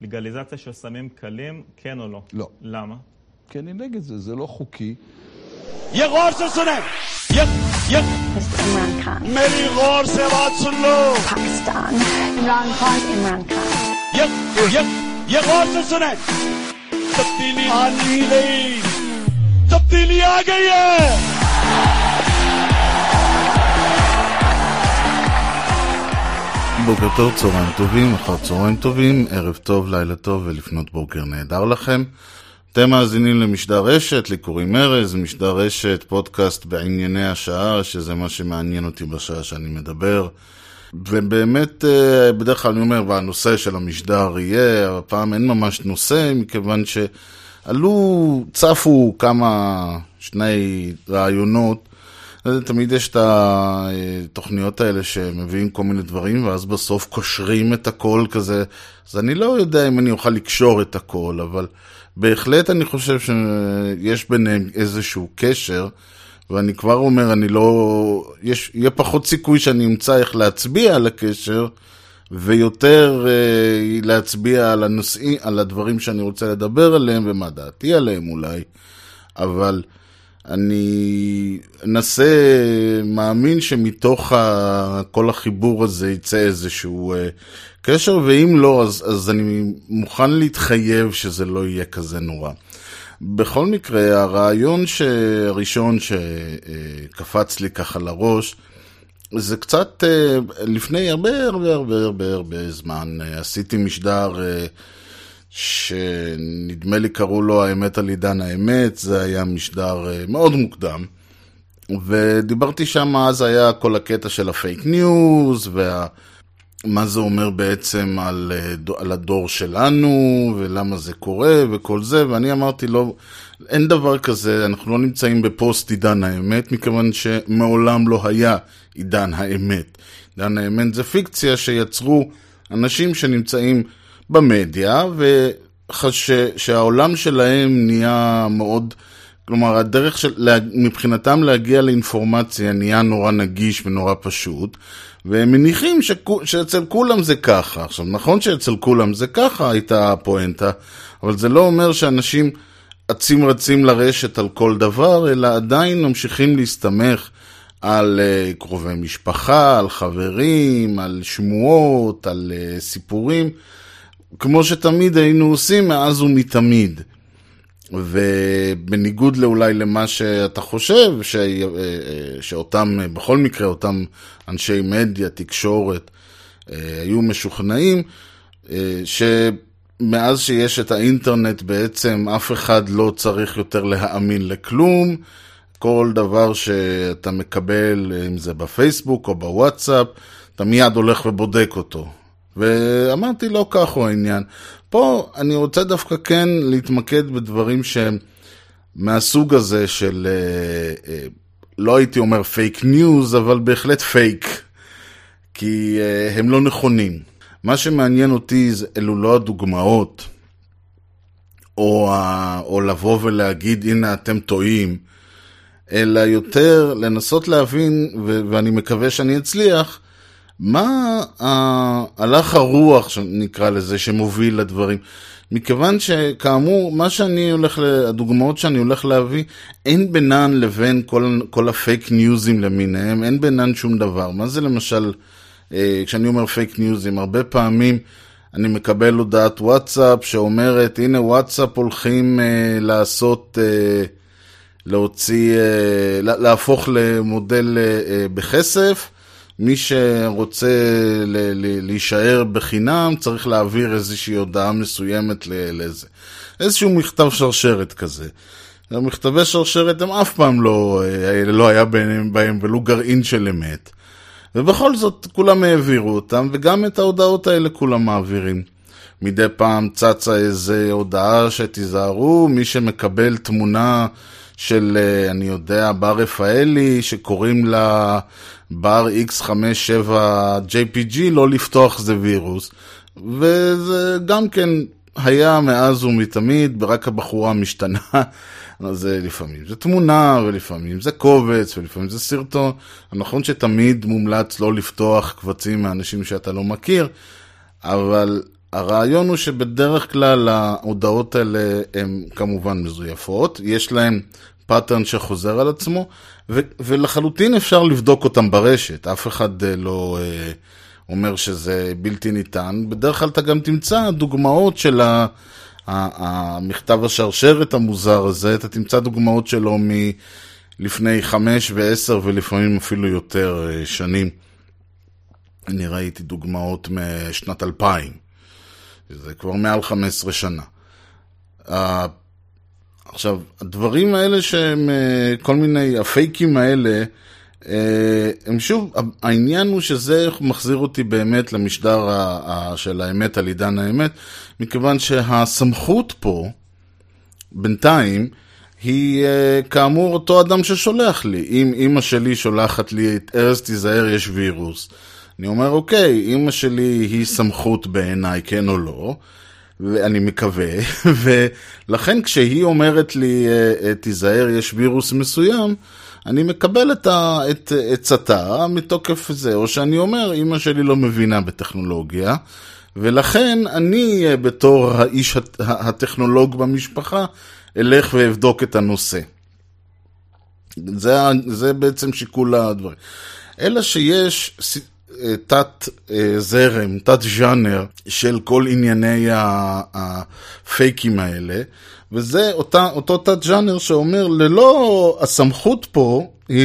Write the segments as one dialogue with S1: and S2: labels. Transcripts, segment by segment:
S1: לגליזציה של סמים קלים, כן או לא?
S2: לא.
S1: למה?
S2: כי אני נגד זה, זה לא חוקי.
S3: ये गौर से सुने ये
S4: Imran Khan.
S3: मेरी गौर से बात सुन लो
S4: Pakistan. Imran Khan. Imran Khan.
S3: ये गौर से सुने तब्दीली आनी गई तब्दीली आ गई है
S5: בוקר טוב, צהריים טובים, אחר צהריים טובים, ערב טוב, לילה טוב ולפנות בוקר נהדר לכם. אתם מאזינים למשדר רשת, לקוראים ארז, משדר רשת, פודקאסט בענייני השעה, שזה מה שמעניין אותי בשעה שאני מדבר. ובאמת, בדרך כלל אני אומר, והנושא של המשדר יהיה, הפעם אין ממש נושא, מכיוון צפו שני רעיונות, תמיד יש את התוכניות האלה שמביאים כל מיני דברים, ואז בסוף קושרים את הכל כזה, אז אני לא יודע אם אני אוכל לקשור את הכל, אבל בהחלט אני חושב שיש ביניהם איזשהו קשר, ואני כבר אומר, יהיה פחות סיכוי שאני אמצא איך להצביע על הקשר, ויותר להצביע על הנושאים, על הדברים שאני רוצה לדבר עליהם, ומה דעתי עליהם אולי, אבל אני מאמין שמתוך כל החיבור הזה יצא איזשהו קשר, ואם לא, אז אני מוכן להתחייב שזה לא יהיה כזה נורא. בכל מקרה, הרעיון הראשון שקפץ לי ככה לראש, זה קצת לפני הרבה זמן, עשיתי משדר שנדמה לי קראו לו האמת על עידן האמת, זה היה משדר מאוד מוקדם, ודיברתי שם, אז היה כל הקטע של הפייק ניוז, ומה זה אומר בעצם על הדור שלנו, ולמה זה קורה, וכל זה, ואני אמרתי לו, אין דבר כזה, אנחנו לא נמצאים בפוסט עידן האמת, מכיוון שמעולם לא היה עידן האמת. עידן האמת זה פיקציה שיצרו אנשים שנמצאים במדיה, שהעולם שלהם נהיה מאוד, כלומר, הדרך מבחינתם להגיע לאינפורמציה נהיה נורא נגיש ונורא פשוט, והם מניחים שאצל כולם זה ככה. עכשיו, נכון שאצל כולם זה ככה הייתה הפואנטה, אבל זה לא אומר שאנשים רצים לרשת על כל דבר, אלא עדיין ממשיכים להסתמך על קרובי משפחה, על חברים, על שמועות, על סיפורים, כמו שתמיד היינו עושים מאז ומתמיד. ובניגוד לאולי למה שאתה חושב, שאותם, בכל מקרה, אותם אנשי מדיה, תקשורת, היו משוכנעים, שמאז שיש את האינטרנט בעצם אף אחד לא צריך יותר להאמין לכלום, כל דבר שאתה מקבל, אם זה בפייסבוק או בוואטסאפ, אתה מיד הולך ובודק אותו. ואמרתי לא כך הוא העניין. פה אני רוצה דווקא כן להתמקד בדברים שהם מהסוג הזה של, לא הייתי אומר פייק ניוז, אבל בהחלט פייק, כי הם לא נכונים. מה שמעניין אותי זה אלו לא הדוגמאות, או לבוא ולהגיד הנה אתם טועים, אלא יותר לנסות להבין, ואני מקווה שאני אצליח, מה הלך הרוח, שנקרא לזה, שמוביל לדברים. מכיוון שכאמור, הדוגמאות שאני הולך להביא, אין בינן לבין כל הפייק ניוזים למיניהם, אין בינן שום דבר. מה זה למשל, כשאני אומר פייק ניוזים, הרבה פעמים אני מקבל הודעת וואטסאפ שאומרת, הנה וואטסאפ הולכים להפוך למודל בכסף, מי שרוצה להישאר בחינם צריך להעביר איזושהי הודעה מסוימת איזשהו מכתב שרשרת כזה. המכתבי שרשרת הם אף פעם לא היה בהם ולו גרעין של אמת. ובכל זאת כולם העבירו אותם, וגם את ההודעות האלה כולם מעבירים. מדי פעם צצה איזו הודעה שתיזהרו, מי שמקבל תמונה של, אני יודע, בר רפאלי, שקוראים לה בר X57 JPG, לא לפתוח זה וירוס. וזה גם כן היה מאז ומתמיד, רק הבחורה משתנה. אז לפעמים זה תמונה, ולפעמים זה קובץ, ולפעמים זה סרטון. נכון שתמיד מומלץ לא לפתוח קבצים מאנשים שאתה לא מכיר, אבל הרעיון הוא שבדרך כלל ההודעות האלה הן כמובן מזויפות, יש להן פאטרן שחוזר על עצמו, ולחלוטין אפשר לבדוק אותם ברשת, אף אחד לא אומר שזה בלתי ניתן. בדרך כלל אתה גם תמצא דוגמאות של המכתב השרשרת המוזר הזה, אתה תמצא דוגמאות שלו מלפני 5 ו10 ולפעמים אפילו יותר שנים. אני ראיתי דוגמאות משנת 2000, זה כבר מעל 15 שנה. עכשיו, הדברים האלה שהם כל מיני, הפייקים האלה, הם שוב, העניין הוא שזה מחזיר אותי באמת למשדר של האמת על עידן האמת, מכיוון שהסמכות פה, בינתיים, היא כאמור אותו אדם ששולח לי. אם אמא שלי שולחת לי את ארז תיזהר יש וירוס, אני אומר אוקיי, אמא שלי היא סמכות בעיניי, כן או לא, ואני מקווה, ולכן כשהיא אומרת לי תיזהר יש וירוס מסוים, אני מקבל את עצתה מתוקף זה, או שאני אומר, אמא שלי לא מבינה בטכנולוגיה, ולכן אני בתור האיש הטכנולוג במשפחה, אלך ואבדוק את הנושא. זה בעצם שיקול הדברים. אלא שיש תת זרם, תת ז'אנר של כל ענייני הפייקים האלה, וזה אותו תת ז'אנר שאומר, ללא הסמכות פה, היא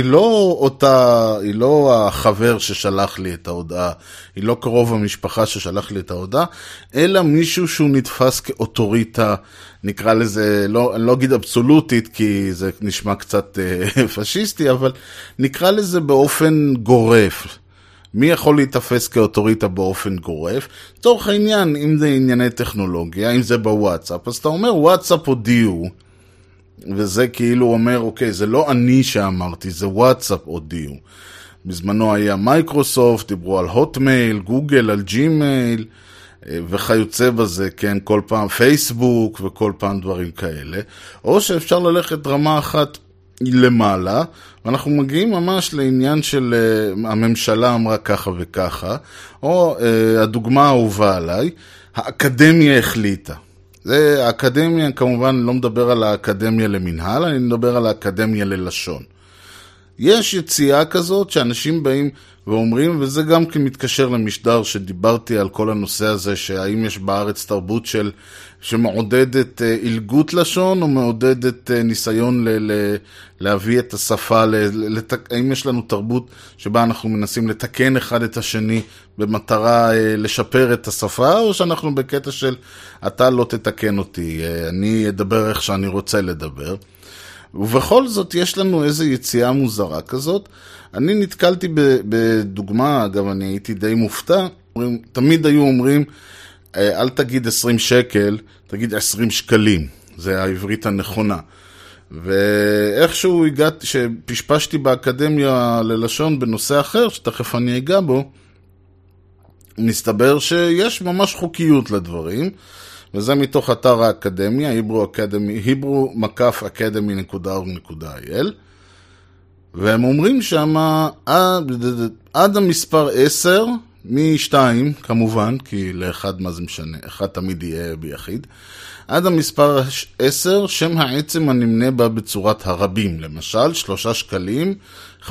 S5: לא החבר ששלח לי את ההודעה, היא לא קרוב המשפחה ששלח לי את ההודעה, אלא מישהו שהוא נתפס כאוטוריטה, נקרא לזה, אני לא אגיד אבסולוטית, כי זה נשמע קצת פשיסטי, אבל נקרא לזה באופן גורף. מי יכול להתאפס כאוטוריטה באופן גורף? לצורך העניין, אם זה ענייני טכנולוגיה, אם זה בוואטסאפ, אז אתה אומר וואטסאפ הודיעו, וזה כאילו אומר, אוקיי, זה לא אני שאמרתי, זה וואטסאפ הודיעו. בזמנו היה מייקרוסופט, דיברו על הוטמייל, גוגל, על ג'ימייל, וכיוצא בזה, כן, כל פעם פייסבוק וכל פעם דברים כאלה. או שאפשר ללכת רמה אחת למעלה, ואנחנו מגיעים ממש לעניין של הממשלה אמרה ככה וככה, או הדוגמה האהובה עליי, האקדמיה החליטה. האקדמיה, כמובן לא מדבר על האקדמיה למנהל, אני מדבר על האקדמיה ללשון. יש יציאה כזאת שאנשים באים ואומרים, וזה גם מתקשר למשדר שדיברתי על כל הנושא הזה, שהאם יש בארץ תרבות שמעודדת אילגות לשון, או מעודדת ניסיון להביא את השפה, האם יש לנו תרבות שבה אנחנו מנסים לתקן אחד את השני, במטרה לשפר את השפה, או שאנחנו בקטע של אתה לא תתקן אותי, אני אדבר איך שאני רוצה לדבר. ובכל זאת יש לנו איזו יציאה מוזרה כזאת. אני נתקלתי בדוגמה, אגב אני הייתי די מופתע, תמיד היו אומרים, אל תגיד 20 שקל, תגיד 20 שקלים, זה העברית הנכונה. ואיכשהו הגעתי, שפשפשתי באקדמיה ללשון בנושא אחר, שתכף אני אגע בו, מסתבר שיש ממש חוקיות לדברים, וזה מתוך אתר האקדמיה, hebrew-academy.org.il, והם אומרים שם, עד המספר 10, מ-2, כמובן, כי לאחד מה זה משנה, אחד תמיד יהיה ביחיד, עד המספר 10, שם העצם הנמנה בה בצורת הרבים, למשל, 3 שקלים, 5%,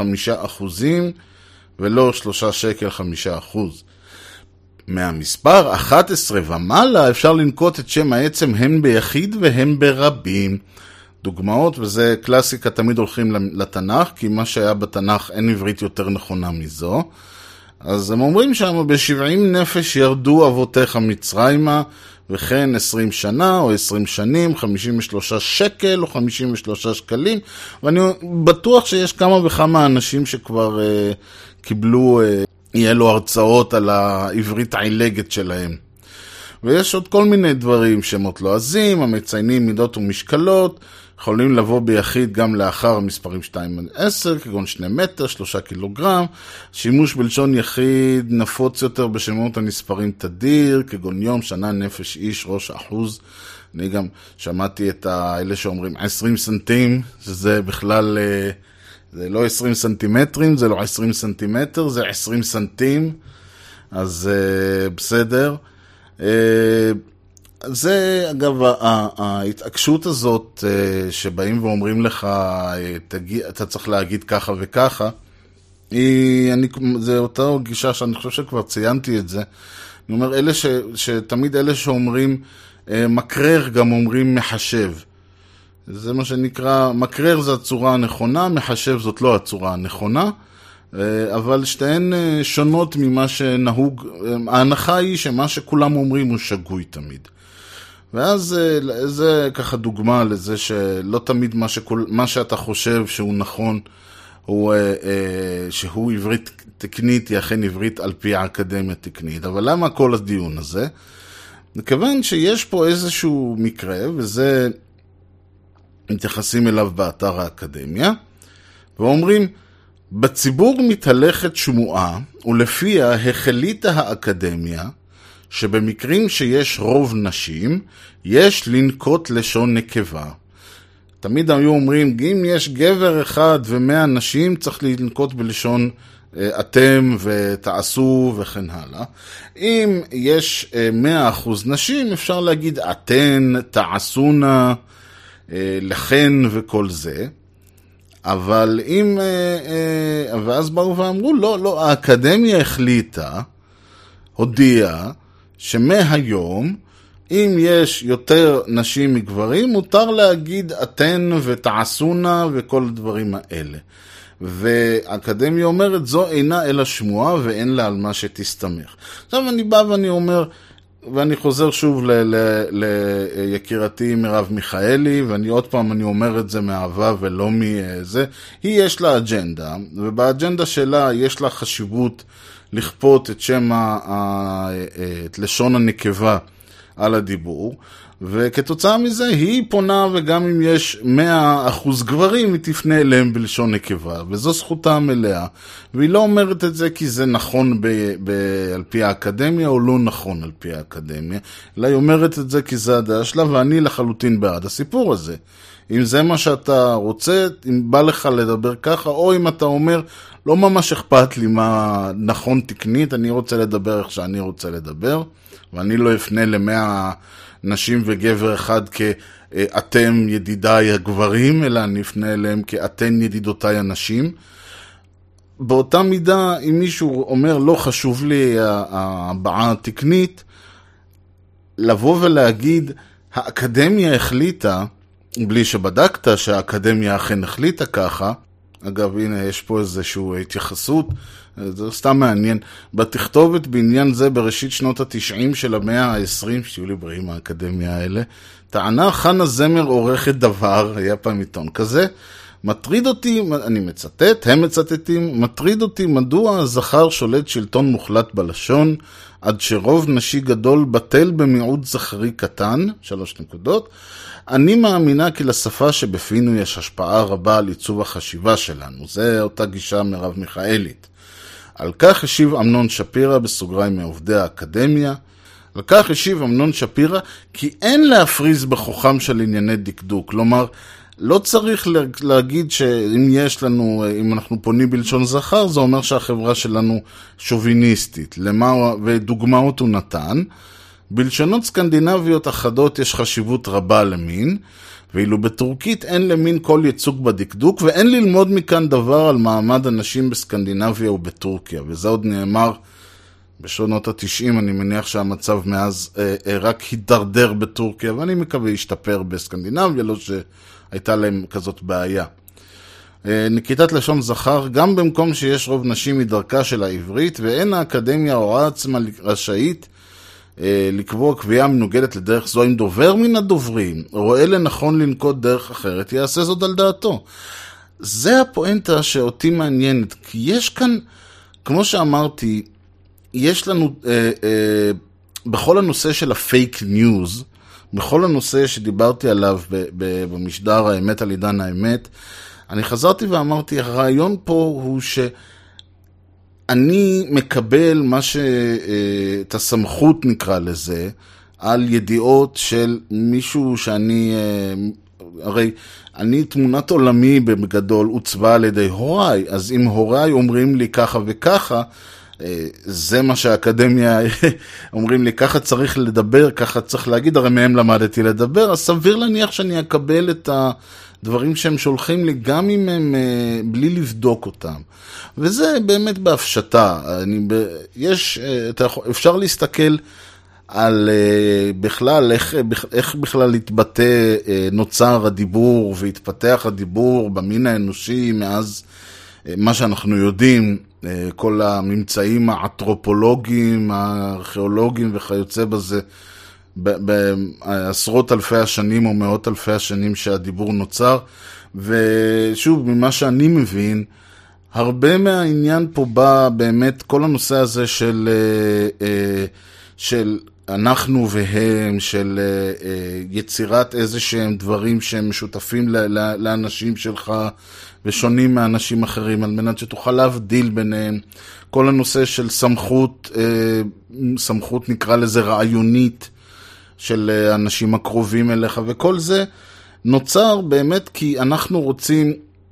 S5: ולא 3 שקל, 5%. מהמספר 11 ומעלה אפשר לנקוט את שם העצם הן ביחיד והן ברבים. דוגמאות, וזה קלאסיקה, תמיד הולכים לתנ"ך, כי מה שהיה בתנ"ך אין עברית יותר נכונה מזו. אז הם אומרים שם, ב70 נפש ירדו אבותיך מצרימה, וכן 20 שנה או 20 שנים, 53 שקל או 53 שקלים, ואני בטוח שיש כמה וכמה אנשים שכבר קיבלו, יהיה לו הרצאות על העברית העילגת שלהם. ויש עוד כל מיני דברים, שמות לועזים, המציינים מידות ומשקלות, יכולים לבוא ביחיד גם לאחר מספרים 2-10, כגון 2 מטר, 3 קילוגרם. שימוש בלשון יחיד נפוץ יותר בשמות הנספרים תדיר, כגון יום, שנה, נפש, איש, ראש, אחוז. אני גם שמעתי את האלה שאומרים 20 סנטים, שזה בכלל, זה לא 20 סנטימטרים, זה לא 20 סנטימטר, זה 20 סנטים, אז בסדר. זה, אגב, ההתעקשות הזאת שבאים ואומרים לך, אתה צריך להגיד ככה וככה, זה אותה גישה שאני חושב שכבר ציינתי את זה. אני אומר, שתמיד אלה שאומרים מקרר גם אומרים מחשב. זה מה שנקרא, מקרר זה הצורה הנכונה, מחשב זאת לא הצורה הנכונה, אבל שתיהן שונות ממה שנהוג. ההנחה היא שמה שכולם אומרים הוא שגוי תמיד. ואז זה ככה דוגמה לזה שלא תמיד מה שאתה חושב שהוא נכון, שהוא עברית תקנית, היא אכן עברית על פי האקדמיה תקנית. אבל למה כל הדיון הזה? מכיוון שיש פה איזשהו מקרה, וזה מתייחסים אליו באתר האקדמיה, ואומרים, בציבור מתהלכת שמועה, ולפיה החליטה האקדמיה, שבמקרים שיש רוב נשים, יש לנקוט לשון נקבה. תמיד היו אומרים, אם יש גבר אחד ו100 נשים, צריך לנקוט בלשון אתם ותעשו וכן הלאה. אם יש 100% נשים, אפשר להגיד אתן, תעשונה, לכן וכל זה. אבל אם, ואז באו ואמרו, לא, האקדמיה החליטה, הודיעה, שמהיום, אם יש יותר נשים מגברים, מותר להגיד אתן ותעשונה וכל הדברים האלה. והאקדמיה אומרת, זו אינה אלא שמועה ואין לה על מה שתסתמך. עכשיו אני בא ואני אומר, ואני חוזר שוב ליקירתי מרב מיכאלי, ואני עוד פעם אני אומר את זה מאהבה ולא מזה, היא יש לה אג'נדה, ובאג'נדה שלה יש לה חשיבות לכפות את שם את לשון הנקבה על הדיבור, וכתוצאה מזה היא פונה, וגם אם יש 100% גברים, היא תפנה אליהם בלשון נקבה, וזו זכותה המלאה, והיא לא אומרת את זה כי זה נכון על פי האקדמיה, או לא נכון על פי האקדמיה, אלא היא אומרת את זה כי זה הדעה שלה, ואני לחלוטין בעד הסיפור הזה. אם זה מה שאתה רוצה, אם בא לך לדבר ככה, או אם אתה אומר, לא ממש אכפת לי מה נכון תקנית, אני רוצה לדבר איך שאני רוצה לדבר, ואני לא אפנה ל100 נשים וגבר אחד כאתם ידידיי הגברים, אלא אני אפנה אליהם כאתן ידידותיי הנשים. באותה מידה, אם מישהו אומר, לא חשוב לי הבעה התקנית, לבוא ולהגיד, האקדמיה החליטה, בלי שבדקת שהאקדמיה אכן החליטה ככה, אגב, הנה, יש פה איזושהי התייחסות, זה סתם מעניין. בתכתובת בעניין זה בראשית שנות ה-90 של המאה ה-20, שיהיו לי בריאים האקדמיה האלה, טענה חנה זמר עורכת דבר, היה פעם עיתון כזה, מטריד אותי, אני מצטט, הם מצטטים, מטריד אותי מדוע הזכר שולט שלטון מוחלט בלשון, עד שרוב נשי גדול בטל במיעוט זכרי קטן, 3 נקודות, אני מאמינה כי לשפה שבפינו יש השפעה רבה על עיצוב החשיבה שלנו. זה אותה גישה מרב מיכאלית. על כך השיב אמנון שפירא בסוגריים מעובדי האקדמיה. על כך השיב אמנון שפירא כי אין להפריז בכוחם של ענייני דקדוק. כלומר, לא צריך להגיד שאם יש לנו, אם אנחנו פונים בלשון זכר, זה אומר שהחברה שלנו שוביניסטית. ודוגמאות הוא נתן. בלשונות סקנדינביות אחדות יש חשיבות רבה למין, ואילו בטורקית אין למין כל ייצוג בדקדוק, ואין ללמוד מכאן דבר על מעמד הנשים בסקנדינביה ובטורקיה. וזה עוד נאמר בשנות ה-90, אני מניח שהמצב מאז רק הידרדר בטורקיה, ואני מקווה ישתפר בסקנדינביה, לא שהייתה להם כזאת בעיה. נקיטת לשון זכר, גם במקום שיש רוב נשים מדרכה של העברית, ואין האקדמיה הוראה עצמה רשאית, לקבוע קביעה מנוגדת לדרך זו. אם דובר מן הדוברים רואה לנכון לנקוט דרך אחרת, יעשה זאת על דעתו. זה הפואנטה שאותי מעניינת, כי יש כאן, כמו שאמרתי, יש לנו בכל הנושא של הפייק ניוז, בכל הנושא שדיברתי עליו במשדר האמת על עידן האמת, אני חזרתי ואמרתי, הרעיון פה הוא אני מקבל את הסמכות נקרא לזה, על ידיעות של מישהו שאני, הרי אני תמונת עולמי בגדול עוצבה על ידי הוריי, אז אם הוריי אומרים לי ככה וככה, זה מה שהאקדמיה אומרים לי, ככה צריך לדבר, ככה צריך להגיד, הרי מהם למדתי לדבר, אז סביר להניח שאני אקבל את הדברים שהם שולחים לי, גם אם הם בלי לבדוק אותם. וזה באמת בהפשטה. אפשר להסתכל על בכלל, איך בכלל התבטא נוצר הדיבור והתפתח הדיבור במין האנושי מאז מה שאנחנו יודעים, כל הממצאים האנתרופולוגיים, הארכיאולוגיים וכיוצא בזה, בעשרות אלפי השנים או מאות אלפי השנים שהדיבור נוצר. ושוב, ממה שאני מבין, הרבה מהעניין פה בא באמת כל הנושא הזה של אנחנו והם, של יצירת איזה שהם דברים שהם משותפים לאנשים שלך ושונים מאנשים אחרים, על מנת שתוכל להבדיל ביניהם. כל הנושא של סמכות נקרא לזה רעיונית של אנשים הקרובים אליך, וכל זה נוצר באמת כי אנחנו רוצים,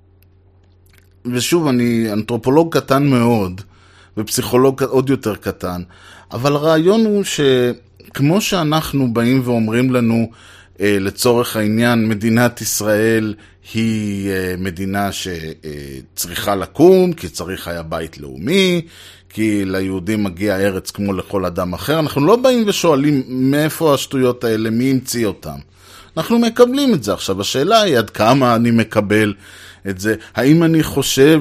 S5: ושוב, אני אנתרופולוג קטן מאוד, ופסיכולוג עוד יותר קטן, אבל הרעיון הוא שכמו שאנחנו באים ואומרים לנו, לצורך העניין, מדינת ישראל היא מדינה שצריכה לקום, כי צריך היה בית לאומי, כי ליהודים מגיע ארץ כמו לכל אדם אחר. אנחנו לא באים ושואלים מאיפה השטויות האלה, מי המציא אותם. אנחנו מקבלים את זה. עכשיו, השאלה היא עד כמה אני מקבל את זה. האם אני חושב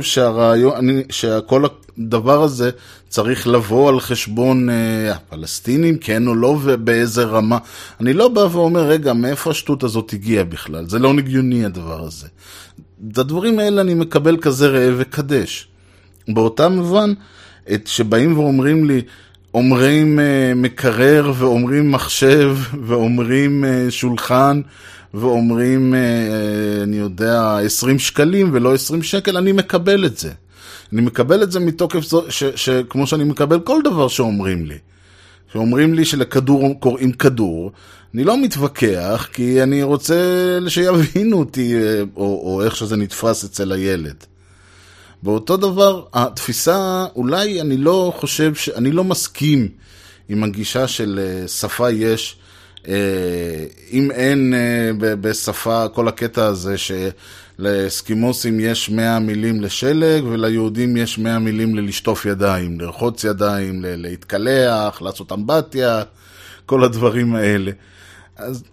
S5: שכל הדבר הזה צריך לבוא על חשבון הפלסטינים, כן או לא, ובאיזה רמה. אני לא בא ואומר, רגע, מאיפה השטות הזאת הגיעה בכלל? זה לא נגיוני הדבר הזה. את הדברים האלה אני מקבל כזה ראה וקדש. באותה מובן, שבאים ואומרים לי, אומרים מקרר ואומרים מחשב ואומרים שולחן ואומרים, אני יודע, 20 שקלים ולא 20 שקל, אני מקבל את זה. אני מקבל את זה מתוקף שכמו שאני מקבל כל דבר שאומרים לי. שאומרים לי שלכדור קוראים כדור, אני לא מתווכח כי אני רוצה שיבינו אותי או איך שזה נתפס אצל הילד. באותו דבר, התפיסה, אולי אני לא חושב, אני לא מסכים עם הגישה של שפה יש, אם אין בשפה, כל הקטע הזה שלאסקימוסים יש 100 מילים לשלג, וליהודים יש 100 מילים ללשטוף ידיים, לרחוץ ידיים, להתקלח, לעשות אמבטיה, כל הדברים האלה. אז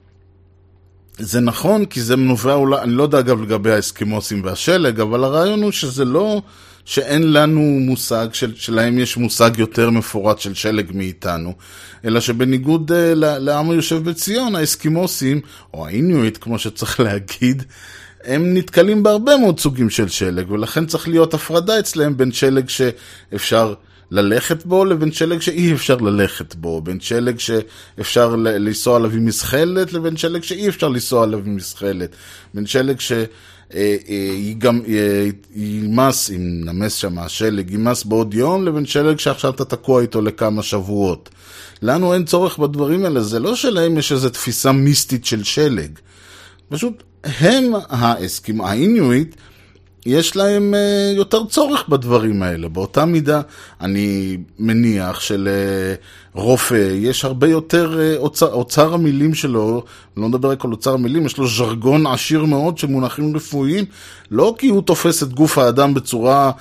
S5: זה נכון, כי זה מנובע אולי, אני לא יודע אגב לגבי האסקימוסים והשלג, אבל הרעיון הוא שזה לא, שאין לנו מושג, שלהם יש מושג יותר מפורט של שלג מאיתנו, אלא שבניגוד לעם היושב בציון, האסקימוסים, או האינואיט כמו שצריך להגיד, הם נתקלים בהרבה מאוד סוגים של שלג, ולכן צריך להיות הפרדה אצלהם בין שלג שאפשר ללכת בו לבין שלג שאי אפשר ללכת בו, בין שלג שאפשר לנסוע עליו עם מסחלת לבין שלג שאי אפשר לנסוע עליו עם מסחלת, בין שלג גם יימס, אם נמס שם השלג, יימס בעוד יום, לבין שלג שעכשיו אתה תקוע איתו לכמה שבועות. לנו אין צורך בדברים האלה, זה לא שלהם יש איזו תפיסה מיסטית של שלג. פשוט הם האינואיט, יש להם יותר צורך בדברים האלה. באותה מידה אני מניח שלרופא יש הרבה יותר אוצר המילים שלו, לא מדבר רק על אוצר המילים, יש לו ז'רגון עשיר מאוד של מונחים רפואיים, לא כי הוא תופס את גוף האדם בצורה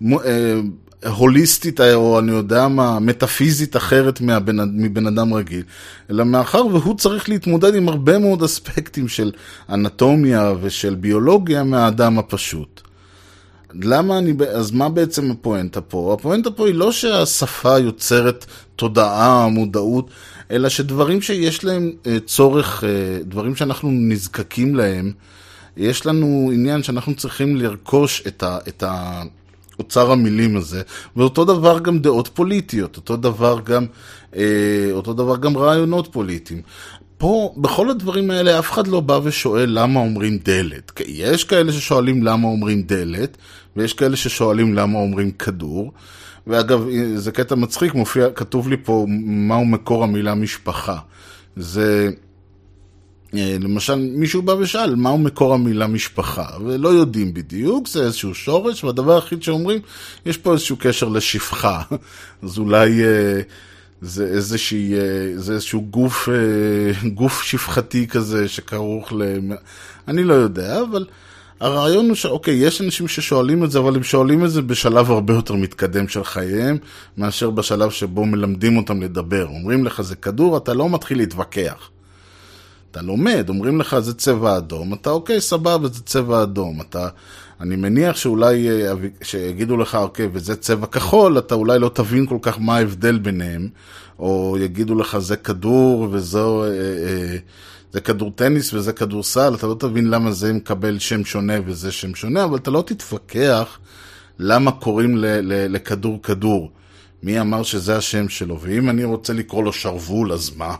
S5: הוליסטית או אני יודע מה, מטאפיזית אחרת מבן אדם רגיל, אלא מאחר והוא צריך להתמודד עם הרבה מאוד אספקטים של אנטומיה ושל ביולוגיה מהאדם הפשוט. אז מה בעצם הפואנטה פה? הפואנטה פה היא לא שהשפה יוצרת תודעה, מודעות, אלא שדברים שיש להם צורך, דברים שאנחנו נזקקים להם, יש לנו עניין שאנחנו צריכים לרכוש את אוצר המילים הזה, ואותו דבר גם דעות פוליטיות, אותו דבר גם רעיונות פוליטיים. פה, בכל הדברים האלה, אף אחד לא בא ושואל למה אומרים דלת. יש כאלה ששואלים למה אומרים דלת, ויש כאלה ששואלים למה אומרים כדור. ואגב, זה קטע מצחיק, כתוב לי פה מהו מקור המילה משפחה. זה למשל, מישהו בא ושאל מהו מקור המילה משפחה, ולא יודעים בדיוק, זה איזשהו שורש, והדבר הכי שאומרים, יש פה איזשהו קשר לשפחה, אז אולי זה איזשהו גוף שפחתי כזה שכרוך אני לא יודע, אבל הרעיון הוא שאוקיי, יש אנשים ששואלים את זה, אבל הם שואלים את זה בשלב הרבה יותר מתקדם של חייהם, מאשר בשלב שבו מלמדים אותם לדבר. אומרים לך זה כדור, אתה לא מתחיל להתווכח. אתה לומד, אומרים לך זה צבע אדום, אתה אוקיי, סבבה, זה צבע אדום. אני מניח שאולי שיגידו לך אוקיי, וזה צבע כחול, אתה אולי לא תבין כל כך מה ההבדל ביניהם, או יגידו לך זה כדור וזו... זה כדור טניס וזה כדור סל, אתה לא תבין למה זה מקבל שם שונה וזה שם שונה, אבל אתה לא תתווכח למה קוראים לכדור כדור. מי אמר שזה השם שלו? ואם אני רוצה לקרוא לו שרוול, אז מה?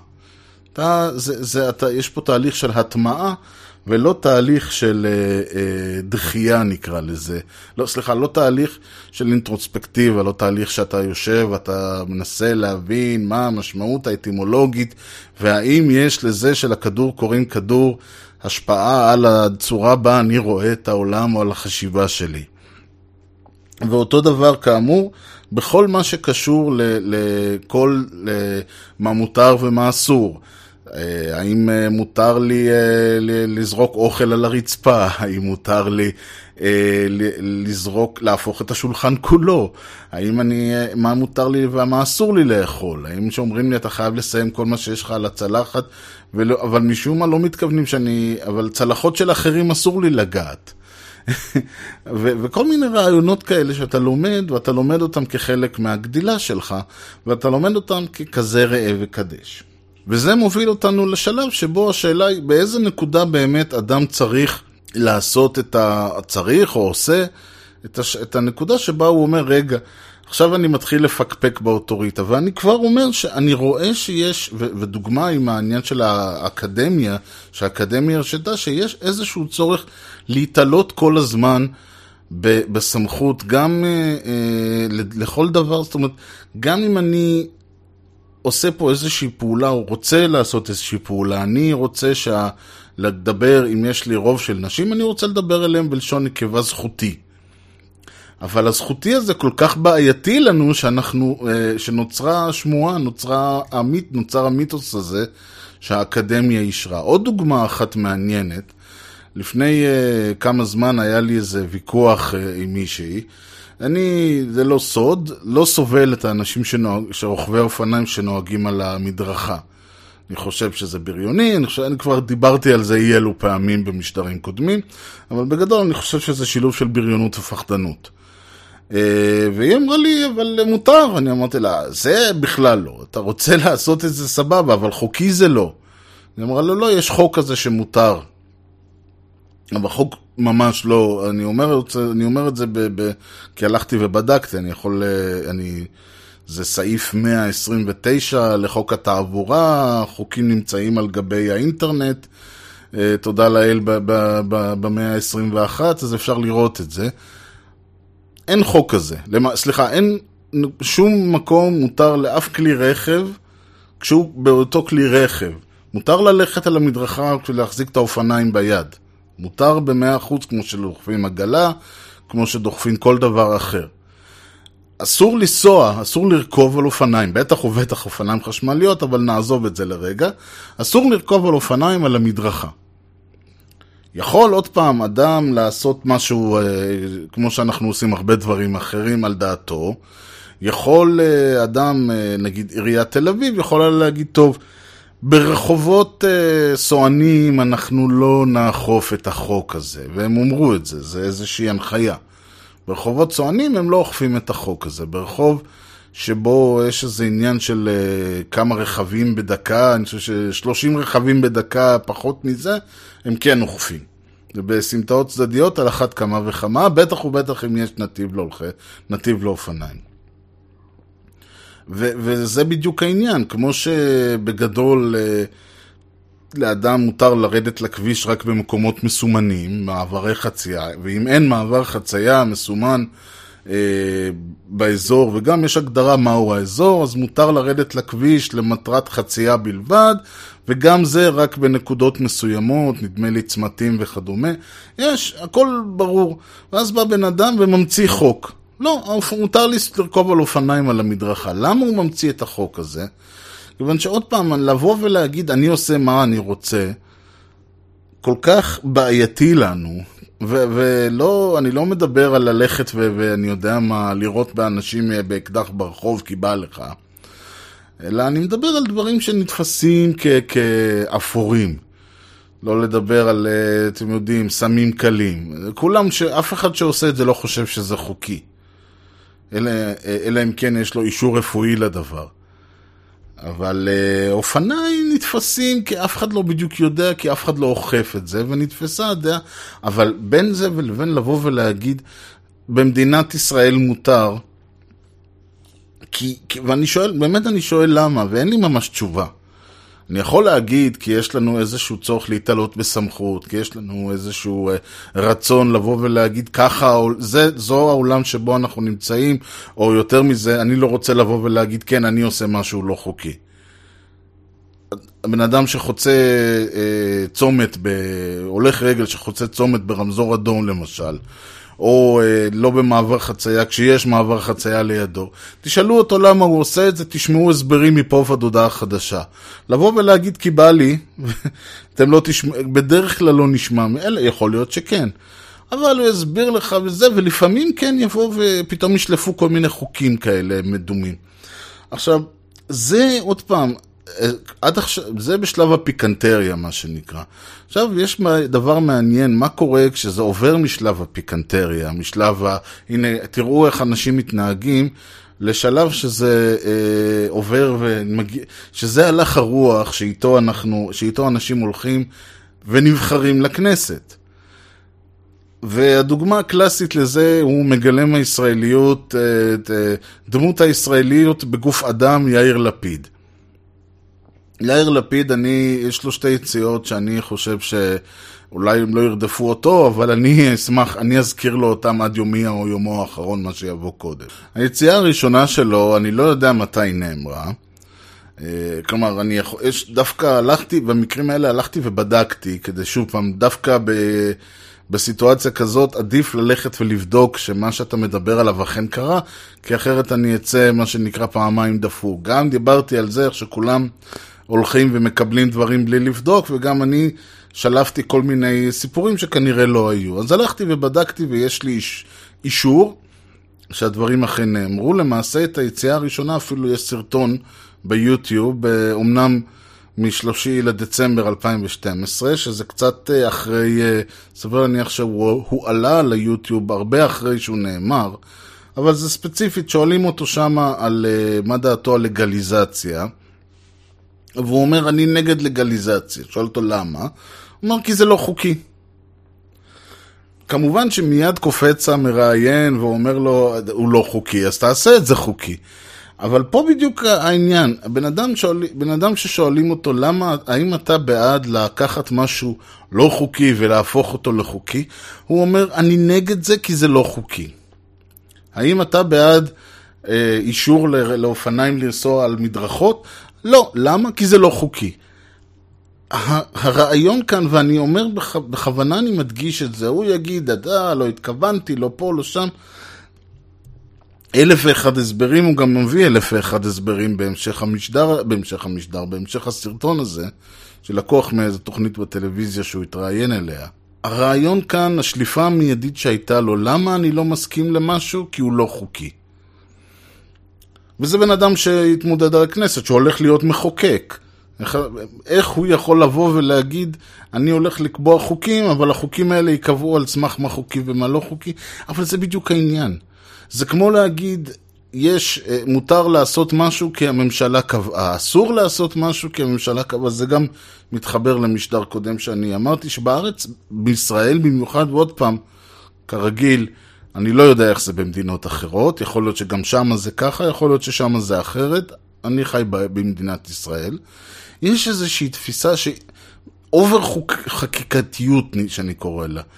S5: יש פה תהליך של הטמעה, ולא תהליך של דחייה נקרא לזה. לא, סליחה, לא תהליך של אינטרוספקטיבה, לא תהליך שאתה יושב, אתה מנסה להבין מה המשמעות האטימולוגית, והאם יש לזה של הכדור קוראים כדור השפעה על הצורה בה אני רואה את העולם או על החשיבה שלי. ואותו דבר כאמור, בכל מה שקשור לכל מה מותר ומה אסור. האם מותר לי לזרוק אוכל על הרצפה? האם מותר לי להפוך את השולחן כולו? מה מותר לי ומה אסור לי לאכול? האם שאומרים לי אתה חייב לסיים כל מה שיש לך על הצלחת, אבל משום מה לא מתכוונים אבל צלחות של אחרים אסור לי לגעת. וכל מיני רעיונות כאלה שאתה לומד, ואתה לומד אותם כחלק מהגדילה שלך, ואתה לומד אותם ככזה ראה וקדש. וזה מוביל אותנו לשלב שבו השאלה היא באיזה נקודה באמת אדם צריך לעשות צריך או עושה את הנקודה שבה הוא אומר רגע, עכשיו אני מתחיל לפקפק באוטוריטה, ואני כבר אומר שאני רואה שיש, ודוגמה עם העניין של האקדמיה, שהאקדמיה הרשתה שיש איזשהו צורך להתעלות כל הזמן בסמכות, גם לכל דבר, זאת אומרת, גם אם אני עושה פה איזושהי פעולה, או רוצה לעשות איזושהי פעולה, אני רוצה לדבר, אם יש לי רוב של נשים, אני רוצה לדבר אליהם בלשון נקבה זכותי. אבל הזכותי הזה כל כך בעייתי לנו, שנוצרה שמועה, נוצר המיתוס הזה, שהאקדמיה ישרה. עוד דוגמה אחת מעניינת, לפני כמה זמן היה לי איזה ויכוח עם מישהי, זה לא סוד, לא סובל את האנשים שרוכבי אופניים שנוהגים על המדרכה. אני חושב שזה בריוני, אני כבר דיברתי על זה אי אלו פעמים במשדרים קודמים, אבל בגדול אני חושב שזה שילוב של בריונות ופחדנות. והיא אמרה לי, אבל מותר. אני אמרתי לה, זה בכלל לא. אתה רוצה לעשות את זה סבבה, אבל חוקי זה לא. היא אמרה לו, לא, יש חוק כזה שמותר. אבל חוק ממש לא. אני אומר את זה כי הלכתי ובדקתי. זה סעיף 129 לחוק התעבורה. חוקים נמצאים על גבי האינטרנט. תודה לאל במאה ה-21, אז אפשר לראות את זה. אין חוק כזה. אין שום מקום מותר לאף כלי רכב, כשהוא באותו כלי רכב. מותר ללכת על המדרכה ולהחזיק את האופניים ביד. מותר ב100%, כמו שדוחפים עגלה, כמו שדוחפים כל דבר אחר. אסור לנסוע, אסור לרכוב על אופניים, בטח ובטח אופניים חשמליות, אבל נעזוב את זה לרגע. אסור לרכוב על אופניים על המדרכה. יכול עוד פעם אדם לעשות משהו, כמו שאנחנו עושים הרבה דברים אחרים על דעתו. יכול אדם, נגיד עיריית תל אביב, יכולה להגיד, טוב, ברחובות סוענים אנחנו לא נאכוף את החוק הזה, והם אומרו את זה, זה איזושהי הנחיה. ברחובות סוענים הם לא אוכפים את החוק הזה. ברחוב שבו יש איזה עניין של כמה רכבים בדקה, אני חושב ש30 רכבים בדקה, פחות מזה, הם כן אוכפים. ובסמטאות צדדיות על אחת כמה וכמה, בטח ובטח אם יש נתיב לאופניים. וזה בדיוק העניין, כמו שבגדול לאדם מותר לרדת לכביש רק במקומות מסומנים, מעברי חצייה, ואם אין מעבר חצייה מסומן באזור, וגם יש הגדרה מהו האזור, אז מותר לרדת לכביש למטרת חצייה בלבד, וגם זה רק בנקודות מסוימות, נדמה לי צמתים וכדומה. יש, הכל ברור. ואז בא בן אדם וממציא חוק. לא, מותר לרכוב על אופניים על המדרכה. למה הוא ממציא את החוק הזה? כיוון שעוד פעם, לבוא ולהגיד, אני עושה מה אני רוצה, כל כך בעייתי לנו, ולא, אני לא מדבר על ללכת ואני יודע מה, לראות באנשים באקדח ברחוב כי בא לך, אלא אני מדבר על דברים שנתפסים כאפורים. לא לדבר על, אתם יודעים, סמים קלים. כולם, אף אחד שעושה את זה לא חושב שזה חוקי. אלא אם כן יש לו אישור רפואי לדבר. אבל אופניים נתפסים כי אף אחד לא בדיוק יודע, כי אף אחד לא אוכף את זה, ונתפסה הדעה. אבל בין זה ולבין לבוא ולהגיד, במדינת ישראל מותר, ואני שואל, באמת אני שואל למה, ואין לי ממש תשובה. אני יכול להגיד כי יש לנו איזשהו צורך להתעלות בסמכות, כי יש לנו איזשהו רצון לבוא ולהגיד ככה, זו העולם שבו אנחנו נמצאים, או יותר מזה, אני לא רוצה לבוא ולהגיד כן, אני עושה משהו לא חוקי. הבן אדם שחוצה צומת, הולך רגל שחוצה צומת ברמזור אדום למשל, או לא במעבר חצייה, כשיש מעבר חצייה לידו. תשאלו אותו למה הוא עושה את זה, תשמעו הסברים מפה ועד הודעה חדשה. לבוא ולהגיד כי בא לי, אתם לא תשמעו, בדרך כלל לא נשמע, אלא יכול להיות שכן. אבל הוא יסביר לך וזה, ולפעמים כן יבוא ופתאום ישלפו כל מיני חוקים כאלה מדומים. עכשיו, זה עוד פעם, עד עכשיו, זה בשלב הפיקנטריה מה שנקרא. עכשיו יש דבר מעניין, מה קורה כשזה עובר משלב הפיקנטריה, הנה תראו איך אנשים מתנהגים, לשלב שזה עובר ומגיע, שזה הלך הרוח שאיתו אנשים הולכים ונבחרים לכנסת. והדוגמה הקלאסית לזה הוא מגלם הישראליות, דמות הישראליות בגוף אדם, יאיר לפיד. יאיר לפיד, יש לו שתי יציאות שאני חושב שאולי הם לא ירדפו אותו, אבל אני אשמח, אני אזכיר לו אותם עד יומי או יומו האחרון, מה שיבוא קודם. היציאה הראשונה שלו, אני לא יודע מתי נאמרה, כלומר, דווקא הלכתי, במקרים האלה הלכתי ובדקתי, כדי שוב פעם, דווקא בסיטואציה כזאת, עדיף ללכת ולבדוק שמה שאתה מדבר עליו אכן קרה, כי אחרת אני אצא מה שנקרא פעמיים דפוק. גם דיברתי על זה, איך שכולם הולכים ומקבלים דברים בלי לבדוק, וגם אני שלפתי כל מיני סיפורים שכנראה לא היו. אז הלכתי ובדקתי ויש לי אישור שהדברים אכן נאמרו. למעשה את היציאה הראשונה אפילו יש סרטון ביוטיוב, אומנם מ-3 לדצמבר 2012, שזה קצת אחרי, סביר להניח שהוא עלה ליוטיוב הרבה אחרי שהוא נאמר, אבל זה ספציפית, שואלים אותו שם על מה דעתו על לגליזציה, והוא אומר, אני נגד לגליזציה. שואל אותו למה? הוא אומר, כי זה לא חוקי. כמובן שמיד קופץ המראיין ואומר לו, הוא לא חוקי, אז תעשה את זה חוקי. אבל פה בדיוק העניין, בן אדם ששואלים אותו, האם אתה בעד לקחת משהו לא חוקי ולהפוך אותו לחוקי? הוא אומר, אני נגד זה כי זה לא חוקי. האם אתה בעד אישור לאופניים לנסוע על מדרכות? לא, למה? כי זה לא חוקי. הרעיון כאן, ואני אומר בכוונה אני מדגיש את זה, הוא יגיד, לא התכוונתי, לא פה, לא שם. 1001 הסברים, הוא גם מביא 1001 הסברים בהמשך הסרטון הזה, שלקוח מאיזו תוכנית בטלוויזיה שהוא התראיין אליה. הרעיון כאן, השליפה המיידית שהייתה לו, למה אני לא מסכים למשהו? כי הוא לא חוקי. וזה בן אדם שהתמודד על הכנסת, שהולך להיות מחוקק. איך הוא יכול לבוא ולהגיד, אני הולך לקבוע חוקים, אבל החוקים האלה יקבעו על סמך מה חוקי ומה לא חוקי? אבל זה בדיוק העניין. זה כמו להגיד, מותר לעשות משהו כי הממשלה קבעה, אסור לעשות משהו כי הממשלה קבעה. זה גם מתחבר למשדר קודם שאני אמרתי, שבארץ, בישראל במיוחד, ועוד פעם, כרגיל, אני לא יודע איך זה במדינות אחרות, יכול להיות שגם שם זה ככה, יכול להיות ששם זה אחרת, אני חי במדינת ישראל. יש איזושהי תפיסה אובר חקיקתיות שאני קורא לה.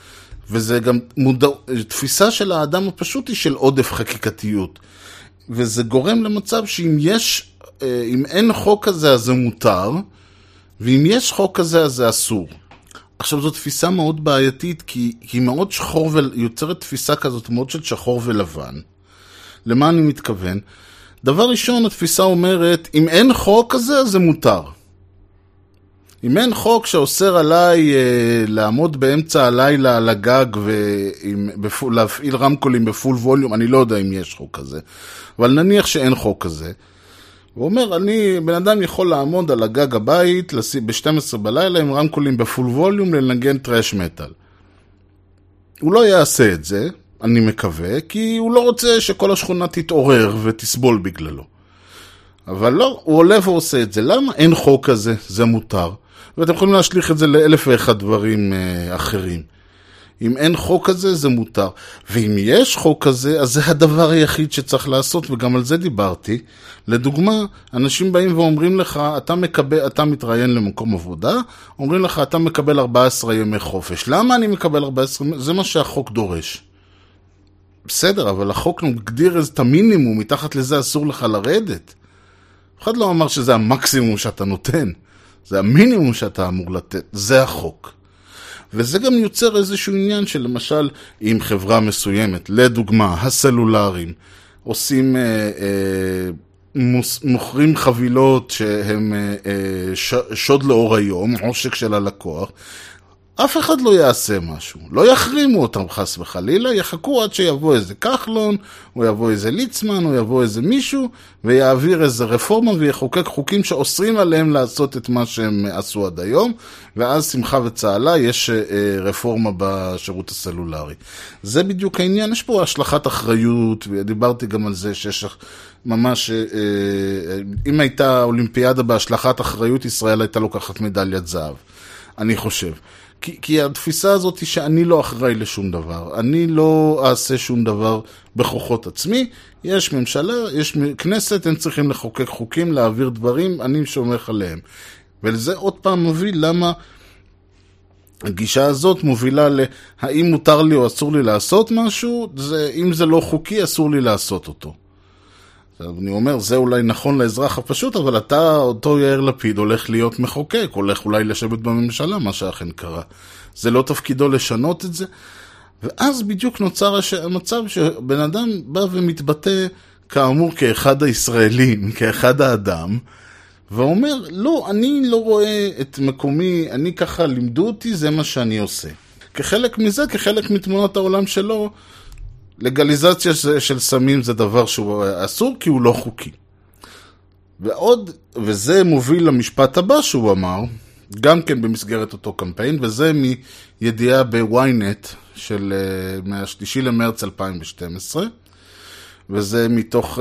S5: וזה גם תפיסה של האדם הפשוט היא של עודף חקיקתיות. וזה גורם למצב אם אין חוק כזה, אז זה מותר, ואם יש חוק כזה, אז זה אסור. עכשיו, זו תפיסה מאוד בעייתית, כי היא מאוד יוצרת תפיסה כזאת מאוד של שחור ולבן. למה אני מתכוון? דבר ראשון, התפיסה אומרת, אם אין חוק כזה, אז זה מותר. אם אין חוק שאוסר עליי לעמוד באמצע הלילה על הגג ולהפעיל רמקולים בפול ווליום, אני לא יודע אם יש חוק כזה, אבל נניח שאין חוק כזה. הוא אומר, בן אדם יכול לעמוד על הגג הבית ב-12 בלילה עם רמקולים בפול ווליום לנגן טרש מטל. הוא לא יעשה את זה, אני מקווה, כי הוא לא רוצה שכל השכונה תתעורר ותסבול בגללו. אבל לא, הוא עולה ועושה את זה. למה? אין חוק כזה, זה מותר. ואתם יכולים להשליך את זה לאלף ואחד דברים אחרים. אם אין חוק כזה, זה מותר. ואם יש חוק כזה, אז זה הדבר היחיד שצריך לעשות, וגם על זה דיברתי. לדוגמה, אנשים באים ואומרים לך, אתה מתראיין למקום עבודה, אומרים לך, אתה מקבל 14 ימי חופש. למה אני מקבל 14 ימי? זה מה שהחוק דורש. בסדר, אבל החוק מגדיר את המינימום, מתחת לזה אסור לך לרדת. אחד לא אמר שזה המקסימום שאתה נותן. זה המינימום שאתה אמור לתת. זה החוק. וזה גם יוצר איזשהו עניין שלמשל, עם חברה מסוימת, לדוגמה, הסלולרים, עושים, מוכרים חבילות שהם שוד לאור היום, עושק של הלקוח, אף אחד לא יעשה משהו. לא יחרימו אותם חס וחלילה, יחכו עד שיבוא איזה כחלון, או יבוא איזה ליצמן, או יבוא איזה מישהו, ויעביר איזה רפורמה, ויחוקק חוקים שאוסרים עליהם לעשות את מה שהם עשו עד היום, ואז שמחה וצהלה יש רפורמה בשירות הסלולרי. זה בדיוק העניין, יש פה השלכת אחריות, ודיברתי גם על זה שיש ממש, אם הייתה אולימפיאדה בהשלכת אחריות, ישראל הייתה לוקחת מדליית זהב, אני חושב. כי התפיסה הזאת היא שאני לא אחראי לשום דבר. אני לא אעשה שום דבר בכוחות עצמי. יש ממשלה, יש כנסת, הם צריכים לחוקק חוקים, להעביר דברים, אני שומך עליהם. ולזה עוד פעם מוביל למה הגישה הזאת מובילה להאם מותר לי או אסור לי לעשות משהו, אם זה לא חוקי, אסור לי לעשות אותו. אני אומר, זה אולי נכון לאזרח הפשוט, אבל אותו יאיר לפיד הולך להיות מחוקק, הולך אולי לשבת בממשלה, מה שאכן קרה. זה לא תפקידו לשנות את זה. ואז בדיוק נוצר המצב שבן אדם בא ומתבטא כאמור כאחד הישראלים, כאחד האדם, ואומר, לא, אני לא רואה את מקומי, אני ככה לימדו אותי, זה מה שאני עושה. כחלק מזה, כחלק מתמונת העולם שלו, לגליזציה של סמים זה דבר שהוא אסור כי הוא לא חוקי. וזה מוביל למשפט הבא שהוא אמר, גם כן במסגרת אותו קמפיין, וזה מידיעה בוויינט של מה-3 למרץ 2012, וזה מתוך,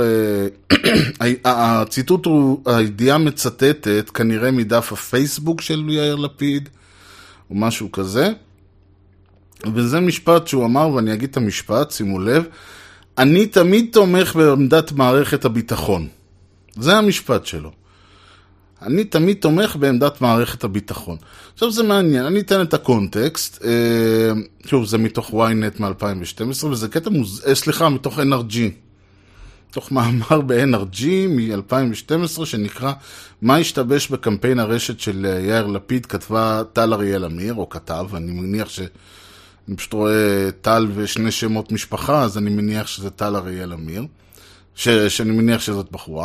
S5: הציטוט הוא, הידיעה מצטטת כנראה מדף הפייסבוק של יאיר לפיד, או משהו כזה, וזה משפט שהוא אמר, ואני אגיד את המשפט, שימו לב, אני תמיד תומך בעמדת מערכת הביטחון. זה המשפט שלו. אני תמיד תומך בעמדת מערכת הביטחון. עכשיו זה מעניין, אני אתן את הקונטקסט, שוב, זה מתוך ynet מ-2012, וזה קטע מתוך NRG. מתוך מאמר ב-NRG מ-2012, שנקרא, מה השתבש בקמפיין הרשת של יאיר לפיד, כתבה טל אריאל אמיר, או כתב, אני מניח אני פשוט רואה טל ושני שמות משפחה, אז אני מניח שזה טל אריאל אמיר, שאני מניח שזאת בחורה.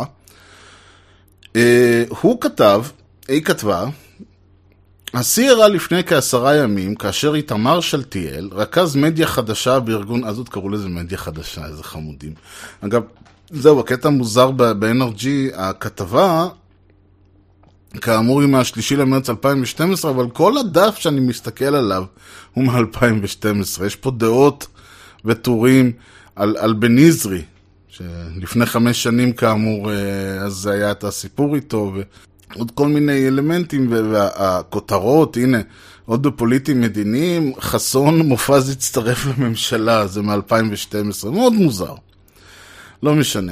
S5: היא כתבה, השיא הראה לפני כ10 ימים, כאשר איתמר שלטיאל, רכז מדיה חדשה בארגון, אז עוד קראו לזה מדיה חדשה, איזה חמודים. אגב, זהו, הקטע מוזר ב-NRG, הכתבה, כאמור היא מה-3 למרץ 2012, אבל כל הדף שאני מסתכל עליו הוא מ-2012. יש פה דעות וטורים על בניזרי, שלפני 5 שנים כאמור, אז זה היה את הסיפור איתו, ועוד כל מיני אלמנטים, והכותרות, הנה, עוד בפוליטים מדיניים, חסון מופז הצטרף לממשלה, זה מ-2012, מאוד מוזר. לא משנה.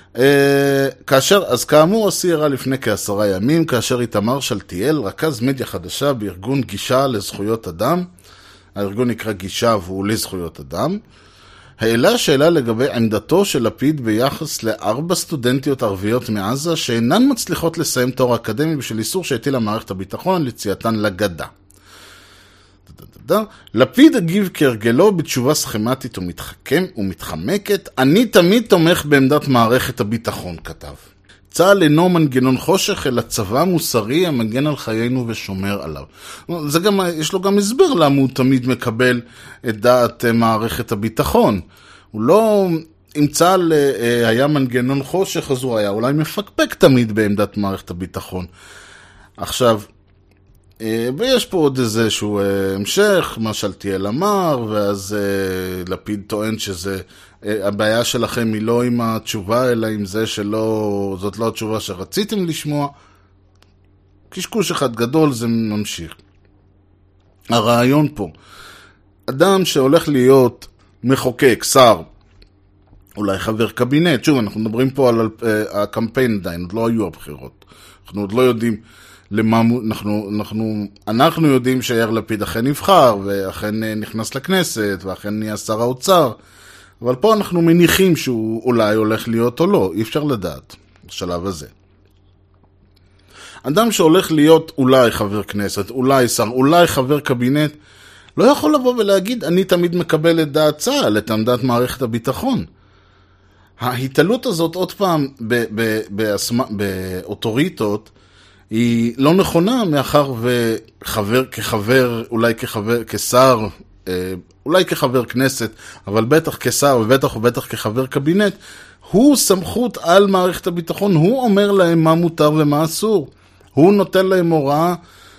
S5: אז כאמור השיא הראה לפני כ10 ימים, כאשר איתמר שלטיאל, רכז מדיה חדשה בארגון גישה לזכויות אדם, הארגון נקרא גישה והוא לזכויות אדם, העלה שאלה לגבי עמדתו של לפיד ביחס ל4 סטודנטיות ערביות מעזה שאינן מצליחות לסיים תואר אקדמי בשל איסור שהטילה מערכת הביטחון ליציאתן לגדה. לפיד הגיב כהרגלו בתשובה סכמטית ומתחמקת, אני תמיד תומך בעמדת מערכת הביטחון, כתב. צה"ל אינו מנגנון חושך, אלא צבא מוסרי המגן על חיינו ושומר עליו. יש לו גם הסבר למה הוא תמיד מקבל את דעת מערכת הביטחון. הוא לא, אם צה"ל היה מנגנון חושך, אז הוא היה אולי מפקפק תמיד בעמדת מערכת הביטחון. עכשיו, ויש פה עוד איזשהו המשך, מה שלטיאל אמר, ואז לפיד טוען שזה, הבעיה שלכם היא לא עם התשובה, אלא עם זה זאת לא התשובה שרציתם לשמוע. קשקוש אחד גדול, זה ממשיך. הרעיון פה, אדם שהולך להיות מחוקק, שר, אולי חבר קבינט, שוב, אנחנו מדברים פה על הקמפיין עדיין, עוד לא היו הבחירות. אנחנו עוד לא יודעים למה, אנחנו יודעים שיאיר לפיד אכן נבחר, ואכן נכנס לכנסת, ואכן נהיה שר האוצר, אבל פה אנחנו מניחים שהוא אולי הולך להיות או לא, אי אפשר לדעת בשלב הזה. אדם שהולך להיות אולי חבר כנסת, אולי שר, אולי חבר קבינט, לא יכול לבוא ולהגיד, אני תמיד מקבל את דעת צה"ל, את עמדת מערכת הביטחון. ההתעלות הזאת עוד פעם באוטוריטות, היא לא נכונה, מאחר וכחבר, אולי כשר, אולי כחבר כנסת, אבל בטח כשר ובטח כחבר קבינט, הוא סמכות על מערכת הביטחון, הוא אומר להם מה מותר ומה אסור. הוא נותן להם הוראה,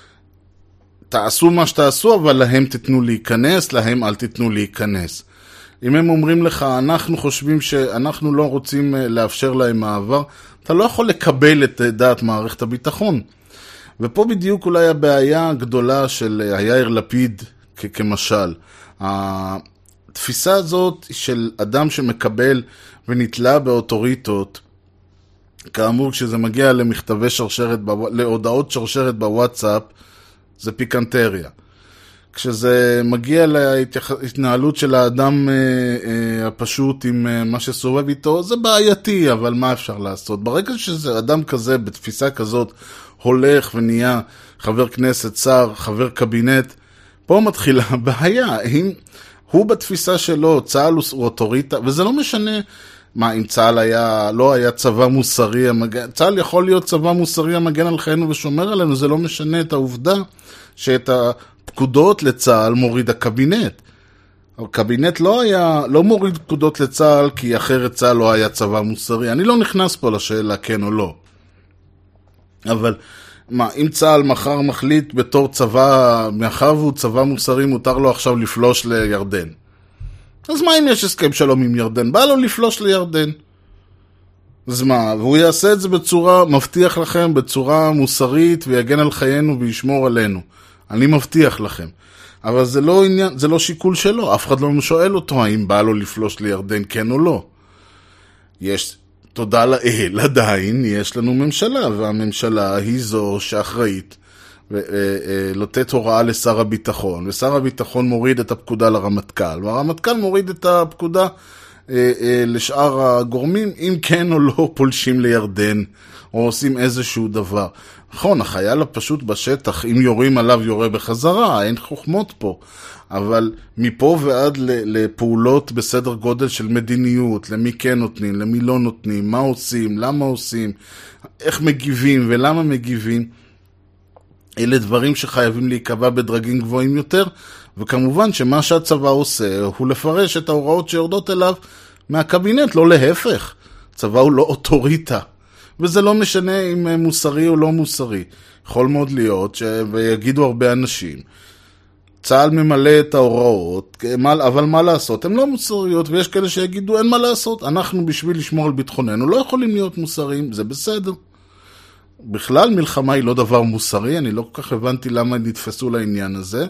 S5: תעשו מה שתעשו, אבל להם תתנו להיכנס, להם אל תתנו להיכנס. אם הם אומרים לך, אנחנו חושבים שאנחנו לא רוצים לאפשר להם מעבר, אתה לא יכול לקבל את דעת מערכת הביטחון. ופה בדיוק אולי הבעיה הגדולה של יאיר לפיד כמשל. התפיסה הזאת של אדם שמקבל ונתלה באוטוריטות, כאמור כשזה מגיע למכתבי שרשרת, להודעות שרשרת בוואטסאפ, זה פיקנטריה. כשזה מגיע להתנהלות של האדם הפשוט עם מה שסובב איתו, זה בעייתי, אבל מה אפשר לעשות? ברגע שזה אדם כזה, בתפיסה כזאת, הולך ונהיה חבר כנסת, שר, חבר קבינט, פה מתחילה הבעיה. אם הוא בתפיסה שלו, צה"ל הוא אוטוריטה, וזה לא משנה מה, אם צה"ל לא היה צבא מוסרי, צה"ל יכול להיות צבא מוסרי המגן על חיינו ושומר עלינו, זה לא משנה את העובדה שאת הפקודות לצה"ל מוריד הקבינט. הקבינט לא מוריד פקודות לצה"ל, כי אחרת צה"ל לא היה צבא מוסרי. אני לא נכנס פה לשאלה כן או לא. אבל מה, אם צה"ל מחר מחליט בתור צבא, מאחר והוא צבא מוסרי, מותר לו עכשיו לפלוש לירדן. אז מה אם יש הסכם שלום עם ירדן? בא לו לפלוש לירדן. אז מה, והוא יעשה את זה בצורה, מבטיח לכם, בצורה מוסרית, ויגן על חיינו וישמור עלינו. אני מבטיח לכם. אבל זה לא עניין, זה לא שיקול שלו. אף אחד לא שואל אותו האם בא לו לפלוש לירדן, כן או לא. יש, תודה לאל, עדיין יש לנו ממשלה, והממשלה היא זו שאחראית לתת הוראה לשר הביטחון, ושר הביטחון מוריד את הפקודה לרמטכ"ל, והרמטכ"ל מוריד את הפקודה לשאר הגורמים, אם כן או לא פולשים לירדן, או עושים איזשהו דבר. נכון, החייל הפשוט בשטח, אם יורים עליו יורה בחזרה, אין חוכמות פה, אבל מפה ועד לפעולות בסדר גודל של מדיניות, למי כן נותנים, למי לא נותנים, מה עושים, למה עושים, איך מגיבים ולמה מגיבים, אלה דברים שחייבים להיקבע בדרגים גבוהים יותר, וכמובן שמה שהצבא עושה הוא לפרש את ההוראות שיורדות אליו מהקבינט, לא להפך. צבא הוא לא אוטוריטה, וזה לא משנה אם מוסרי או לא מוסרי. יכול מאוד להיות, ויגידו הרבה אנשים, צה"ל ממלא את ההוראות, אבל מה לעשות? הן לא מוסריות, ויש כאלה שיגידו, אין מה לעשות, אנחנו בשביל לשמור על ביטחוננו לא יכולים להיות מוסריים, זה בסדר. בכלל מלחמה היא לא דבר מוסרי, אני לא כל כך הבנתי למה נתפסו לעניין הזה.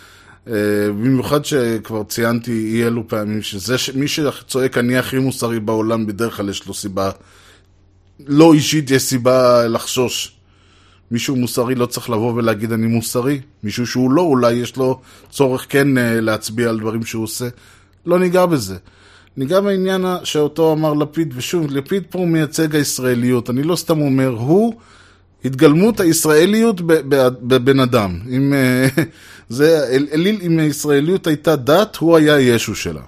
S5: במיוחד שכבר ציינתי אי אלו פעמים, מי שצועק אני הכי מוסרי בעולם, בדרך כלל יש לו סיבה, לא אישית יש סיבה לחשוש מישהו מוסרי לא צריך לבוא ולהגיד אני מוסרי. מישהו שהוא לא, אולי יש לו צורך כן להצביע על דברים שהוא עושה. לא ניגע בזה. ניגע בעניין שאותו אמר לפיד, ושוב, לפיד פה הוא מייצג הישראליות. אני לא סתם אומר, הוא התגלמות הישראליות בבן אדם. אם הישראליות הייתה דת, הוא היה ישו שלה.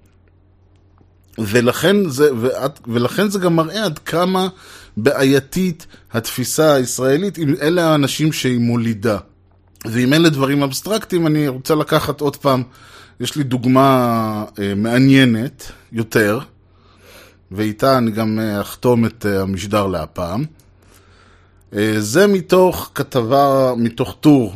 S5: ולכן זה גם מראה עד כמה בעייתית התפיסה הישראלית, אם אלה האנשים שהיא מולידה. ואם אלה דברים אבסטרקטיים, אני רוצה לקחת עוד פעם, יש לי דוגמה מעניינת יותר, ואיתה אני גם אחתום את המשדר להפעם. זה מתוך כתבה, מתוך טור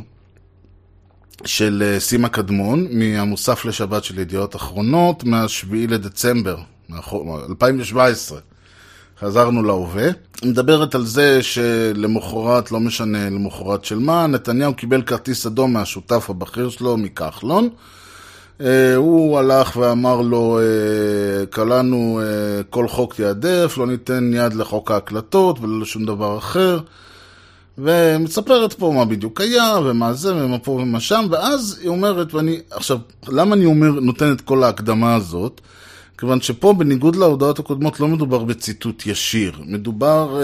S5: של סימה קדמון, מהמוסף לשבת של ידיעות אחרונות, מה-7 לדצמבר 2017. חזרנו להווה. מדברת על זה שלמחרת, לא משנה למחרת של מה, נתניהו קיבל כרטיס אדום מהשותף הבכיר שלו, מכחלון. הוא הלך ואמר לו, קלענו כל חוק יעדף, לא ניתן יד לחוק ההקלטות ולא שום דבר אחר. ומצפרת פה מה בדיוק היה, ומה זה, ומה פה ומה שם, ואז היא אומרת, עכשיו, למה אני נותן את כל ההקדמה הזאת? כיוון שפה, בניגוד להודעות הקודמות, לא מדובר בציטוט ישיר. מדובר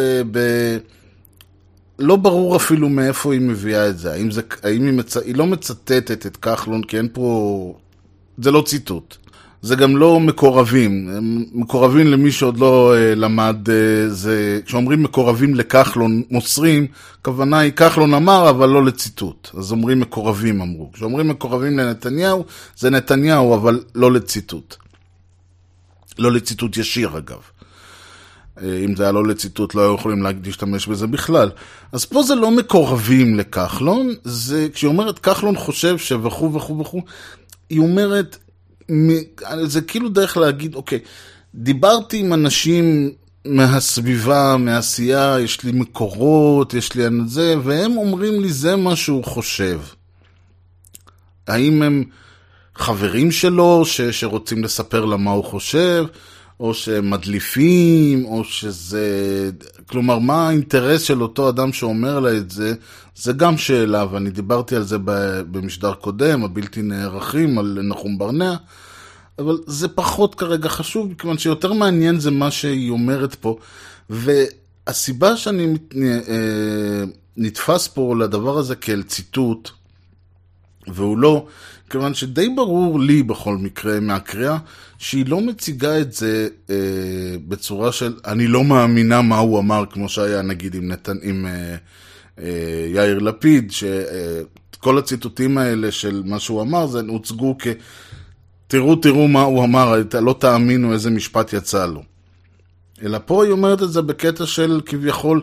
S5: לא ברור אפילו מאיפה היא מביאה את זה. היא לא מצטטת את כחלון, כי אין פה... זה לא ציטוט. זה גם לא מקורבים. מקורבים למי שעוד לא למד, כשאומרים מקורבים לכחלון מוסרים, הכוונה היא כחלון אמר, אבל לא לציטוט. אז אומרים מקורבים אמרו. כשאומרים מקורבים לנתניהו, זה נתניהו, אבל לא לציטוט. לא לציטוט ישיר אגב. אם זה היה לא לציטוט, לא היו יכולים להשתמש בזה בכלל. אז פה זה לא מקורבים לכחלון, זה כשהיא אומרת כחלון חושב שבחו וכו וכו, היא אומרת, זה כאילו דרך להגיד, אוקיי, דיברתי עם אנשים מהסביבה, מהעשייה, יש לי מקורות, יש לי זה, והם אומרים לי זה מה שהוא חושב. האם הם חברים שלו שרוצים לספר לה מה הוא חושב, או שהם מדליפים, או שזה... כלומר, מה האינטרס של אותו אדם שאומר לה את זה, זה גם שאלה, ואני דיברתי על זה במשדר קודם, הבלתי נערכים, על נחום ברנע, אבל זה פחות כרגע חשוב, כיוון שיותר מעניין זה מה שהיא אומרת פה, והסיבה שאני נתפס פה לדבר הזה כאל ציטוט, והוא לא, כיוון שדי ברור לי בכל מקרה מהקריאה, שהיא לא מציגה את זה בצורה של, אני לא מאמינה מה הוא אמר, כמו שהיה נגיד עם יאיר לפיד, שכל הציטוטים האלה של מה שהוא אמר, זה הוצגו תראו מה הוא אמר, לא תאמינו איזה משפט יצא לו. אלא פה היא אומרת את זה בקטע של כביכול,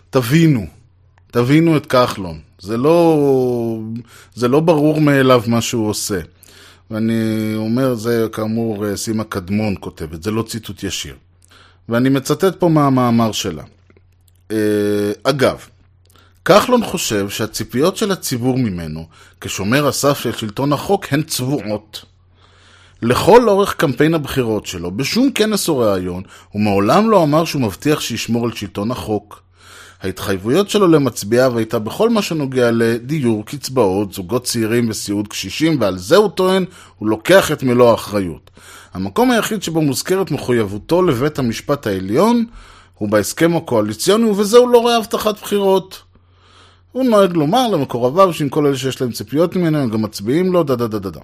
S5: תבינו את כחלון. זה לא ברור מאליו מה שהוא עושה. ואני אומר, זה כאמור סימה קדמון כותבת, זה לא ציטוט ישיר. ואני מצטט פה מהמאמר שלה. אגב, כחלון חושב שהציפיות של הציבור ממנו, כשומר הסף של שלטון החוק, הן צבועות. לכל אורך קמפיין הבחירות שלו, בשום כנס או ראיון, הוא מעולם לא אמר שהוא מבטיח שישמור על שלטון החוק. ההתחייבויות שלו למצביעיו הייתה בכל מה שנוגע לדיור, קצבאות, זוגות צעירים וסיעוד קשישים, ועל זה הוא טוען, הוא לוקח את מלוא האחריות. המקום היחיד שבו מוזכרת מחויבותו לבית המשפט העליון, הוא בהסכם הקואליציוני, ובזה הוא לא רואה הבטחת בחירות. הוא נוהג לומר למקורביו, שעם כל אלה שיש להם ציפיות ממנו, הם גם מצביעים לו,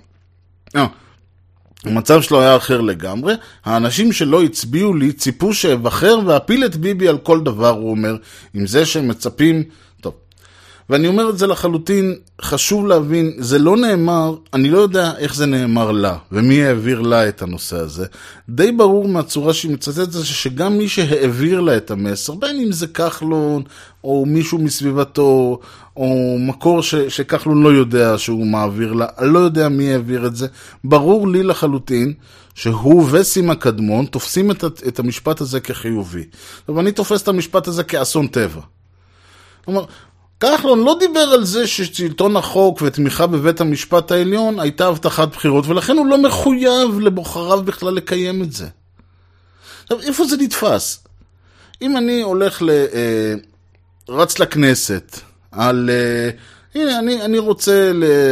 S5: המצב שלו היה אחר לגמרי. האנשים שלא הצביעו לי ציפו שאבחר ואפיל את ביבי על כל דבר, הוא אומר, עם זה שהם מצפים. טוב, ואני אומר את זה לחלוטין, חשוב להבין, זה לא נאמר, אני לא יודע איך זה נאמר לה, ומי העביר לה את הנושא הזה. די ברור מהצורה שהיא מצטטת זה שגם מי שהעביר לה את המסר, בין אם זה כחלון, או מישהו מסביבתו, או מקור שכחלון לא יודע שהוא מעביר לה, אני לא יודע מי העביר את זה. ברור לי לחלוטין שהוא וסימה קדמון תופסים את המשפט הזה כחיובי. ואני תופס את המשפט הזה כאסון טבע. כלומר, כחלון לא דיבר על זה ששלטון החוק ותמיכה בבית המשפט העליון הייתה הבטחת בחירות, ולכן הוא לא מחויב לבוחריו בכלל לקיים את זה. עכשיו, איפה זה נתפס? אם אני הולך רץ לכנסת, על... הנה, אני רוצה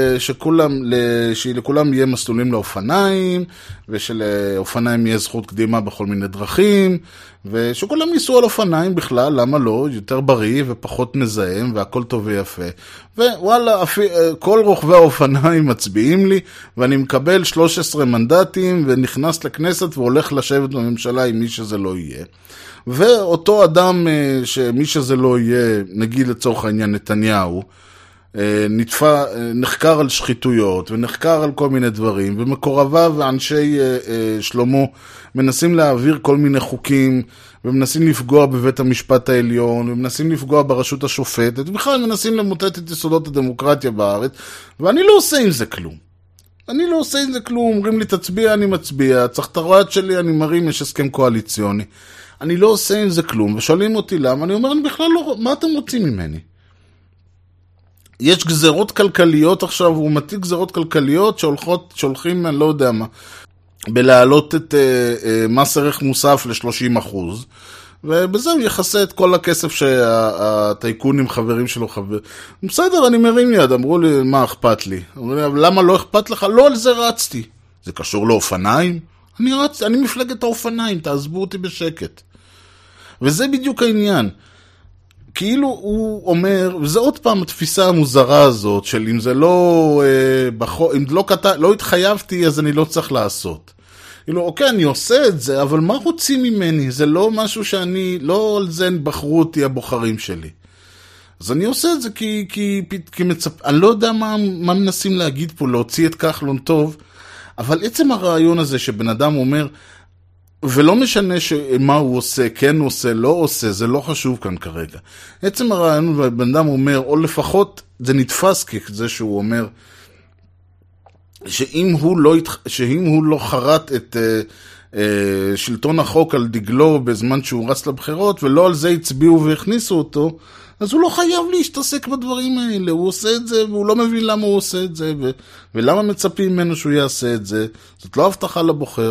S5: שלכולם יהיה מסלולים לאופניים, ושלאופניים יהיה זכות קדימה בכל מיני דרכים, ושכולם ייסעו על אופניים בכלל, למה לא? יותר בריא ופחות מזהם, והכל טוב ויפה. ווואלה, כל רוכבי האופניים מצביעים לי, ואני מקבל 13 מנדטים, ונכנס לכנסת והולך לשבת בממשלה עם מי שזה לא יהיה. ואותו אדם, שמי שזה לא יהיה, נגיד לצורך העניין נתניהו, נחקר על שחיתויות ונחקר על כל מיני דברים, ומקורביו ואנשי שלמה מנסים להעביר כל מיני חוקים, ומנסים לפגוע בבית המשפט העליון, ומנסים לפגוע ברשות השופטת, ובכלל מנסים למוטט את יסודות הדמוקרטיה בארץ, ואני לא עושה עם זה כלום. אומרים לי תצביע, אני מצביע, צריך את הרועד שלי, אני מרים, יש הסכם קואליציוני. אני לא עושה עם זה כלום, ושואלים אותי למה, אני אומר, אני בכלל לא, מה אתם רוצים ממני? יש גזרות כלכליות עכשיו, הוא מטיל גזרות כלכליות שהולכים, אני לא יודע מה, בלהעלות את מס ערך מוסף ל-30%, ובזה הוא יחסה את כל הכסף שהטייקונים חברים שלו בסדר, אני מרים יד, אמרו לי, מה אכפת לי? אמרו לי, למה לא אכפת לך? לא על זה רצתי. זה קשור לאופניים? אני מפלגת האופניים, תעזבו אותי בשקט. וזה בדיוק העניין. כאילו הוא אומר, וזה עוד פעם התפיסה המוזרה הזאת, של אם זה לא, אם לא התחייבתי, אז אני לא צריך לעשות. כאילו, אוקיי, אני עושה את זה, אבל מה רוצים ממני? זה לא משהו שאני, לא על זה בחרו אותי הבוחרים שלי. אז אני עושה את זה כי אני לא יודע מה מנסים להגיד פה, להוציא את כחלון טוב, אבל עצם הרעיון הזה שבן אדם אומר, ולא משנה מה הוא עושה, כן הוא עושה, לא עושה, זה לא חשוב כאן כרגע. עצם הרעיון, בן אדם אומר, או לפחות זה נתפס כזה שהוא אומר, שאם הוא לא חרט את שלטון החוק על דגלו בזמן שהוא רץ לבחירות, ולא על זה הצביעו והכניסו אותו, אז הוא לא חייב להשתעסק בדברים האלה. הוא עושה את זה, והוא לא מבין למה הוא עושה את זה, ולמה מצפים ממנו שהוא יעשה את זה. זאת לא הבטחה לבוחר.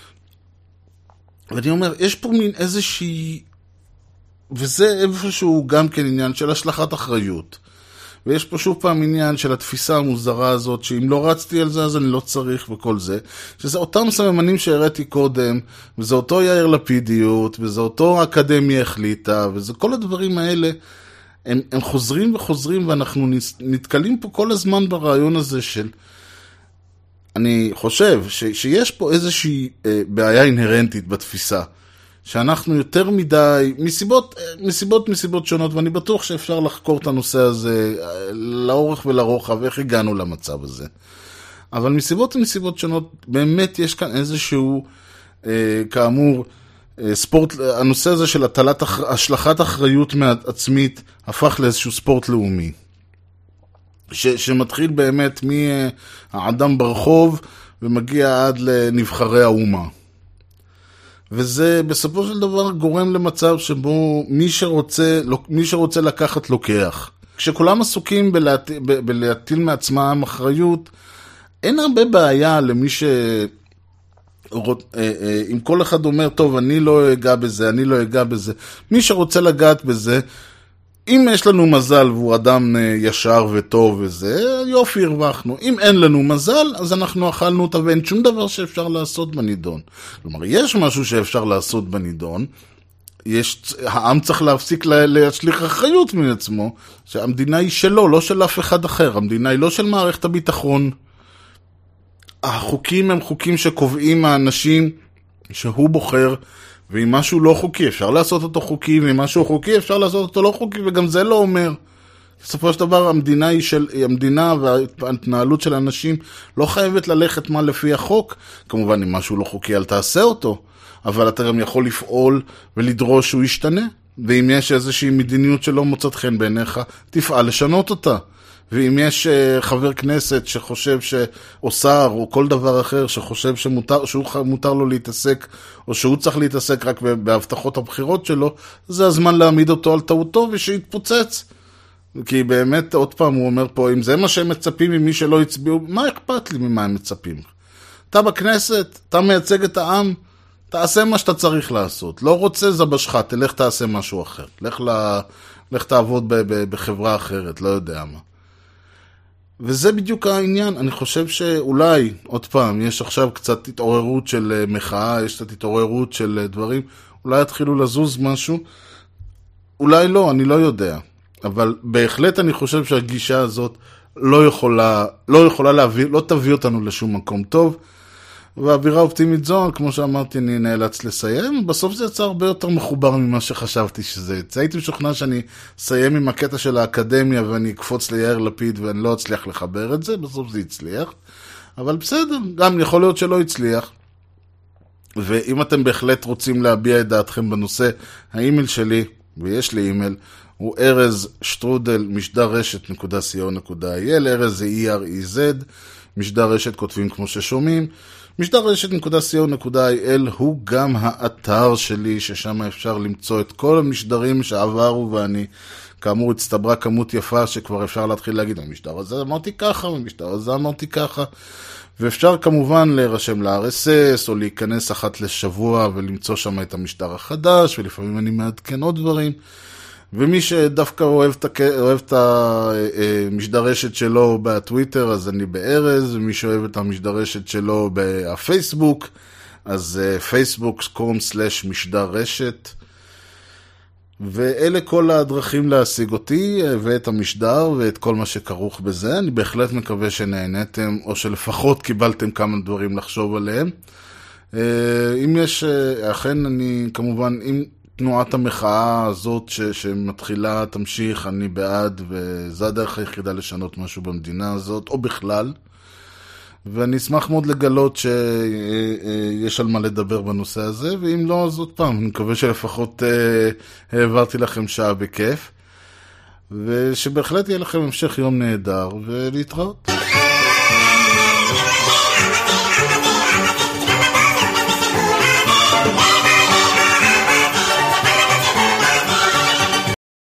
S5: ואני אומר, יש פה מין איזושהי, וזה איפשהו גם כן עניין של השלכת אחריות. ויש פה שוב פעם עניין של התפיסה המוזרה הזאת, שאם לא רצתי על זה, אז אני לא צריך וכל זה. שזה אותם סממנים שהראיתי קודם, וזה אותו יאיר לפידיות, וזה אותו האקדמיה החליטה, וזה כל הדברים האלה, הם חוזרים וחוזרים, ואנחנו נתקלים פה כל הזמן ברעיון הזה של, אני חושב שיש פה איזושהי בעיה אינהרנטית בתפיסה, שאנחנו יותר מדי, מסיבות שונות, ואני בטוח שאפשר לחקור את הנושא הזה לאורך ולרוחב, איך הגענו למצב הזה. אבל מסיבות שונות, באמת יש כאן איזשהו, כאמור, ספורט, הנושא הזה של השלכת אחריות מעצמית, הפך לאיזשהו ספורט לאומי. שמתחיל באמת מהאדם ברחוב, ומגיע עד לנבחרי האומה. וזה בסופו של דבר גורם למצב שבו מי שרוצה לקחת לוקח. כשכולם עסוקים בלהטיל מעצמם אחריות, אין הרבה בעיה למי אם כל אחד אומר, טוב, אני לא אגע בזה, מי שרוצה לגעת בזה, אם יש לנו מזל והוא אדם ישר וטוב וזה, יופי, הרווחנו. אם אין לנו מזל, אז אנחנו אכלנו אותה, ואין שום דבר שאפשר לעשות בנידון. כלומר, יש משהו שאפשר לעשות בנידון, העם צריך להפסיק להשליך אחריות מעצמו, שהמדינה היא שלו, לא של אף אחד אחר. המדינה היא לא של מערכת הביטחון. החוקים הם חוקים שקובעים האנשים שהוא בוחר, ואם משהו לא חוקי אפשר לעשות אותו חוקי, ואם משהו חוקי אפשר לעשות אותו לא חוקי, וגם זה לא אומר. בסופו של דבר המדינה וההתנהלות של האנשים לא חייבת ללכת מה לפי החוק. כמובן אם משהו לא חוקי אל תעשה אותו, אבל אתה גם יכול לפעול ולדרוש שהוא ישתנה. ואם יש איזושהי מדיניות שלא מוצאת חן בעיניך, תפעל לשנות אותה. ואם יש חבר כנסת שחושב או שר או כל דבר אחר שחושב שמותר לו להתעסק, או שהוא צריך להתעסק רק בהבטחות הבחירות שלו, זה הזמן להעמיד אותו על טעותו ושיתפוצץ. כי באמת, עוד פעם הוא אומר פה, אם זה מה שהם מצפים ממי שלא הצביעו, מה אכפת לי ממה הם מצפים? אתה בכנסת, אתה מייצג את העם, תעשה מה שאתה צריך לעשות. לא רוצה זבשך, תלך תעשה משהו אחר. לך תעבוד בחברה אחרת, לא יודע מה. וזה בדיוק העניין. אני חושב שאולי, עוד פעם, יש עכשיו קצת התעוררות של מחאה, יש קצת התעוררות של דברים, אולי יתחילו לזוז משהו, אולי לא, אני לא יודע. אבל בהחלט אני חושב שהגישה הזאת לא יכולה להביא, לא תביא אותנו לשום מקום טוב, והאווירה אופטימית זו, כמו שאמרתי, אני נאלץ לסיים, בסוף זה יצא הרבה יותר מחובר ממה שחשבתי שזה יצא. הייתי משוכנע שאני אסיים עם הקטע של האקדמיה, ואני אקפוץ ליאיר לפיד, ואני לא אצליח לחבר את זה, בסוף זה יצליח. אבל בסדר, גם יכול להיות שלא יצליח. ואם אתם בהחלט רוצים להביע את דעתכם בנושא, האימייל שלי, ויש לי אימייל, הוא erez@משדרשת.co.il, ארז זה E-R-E-Z, משדר רשת כותבים כמו ששומעים, משדר רשת.co.il הוא גם האתר שלי, ששם אפשר למצוא את כל המשדרים שעברו, ואני כאמור הצטברה כמות יפה שכבר אפשר להתחיל להגיד, המשדר הזה אמרתי ככה, המשדר הזה אמרתי ככה, ואפשר כמובן להירשם ל-RSS, או להיכנס אחת לשבוע ולמצוא שם את המשדר החדש, ולפעמים אני מעדכן עוד דברים, ומי שדווקא אוהב את המשדרשת שלו בטוויטר, אז אני בארז, ומי שאוהב את המשדרשת שלו בפייסבוק, אז facebook.com/משדרשת, ואלה כל הדרכים להשיג אותי, ואת המשדר, ואת כל מה שכרוך בזה. אני בהחלט מקווה שנהנתם, או שלפחות קיבלתם כמה דברים לחשוב עליהם. אם יש, אכן אני כמובן, אם תנועת המחאה הזאת שמתחילה תמשיך, אני בעד, וזה הדרך היחידה לשנות משהו במדינה הזאת, או בכלל. ואני אשמח מאוד לגלות שיש על מה לדבר בנושא הזה, ואם לא, אז עוד פעם, אני מקווה שלפחות העברתי לכם שעה בכיף, ושבהחלט יהיה לכם המשך יום נהדר, ולהתראות.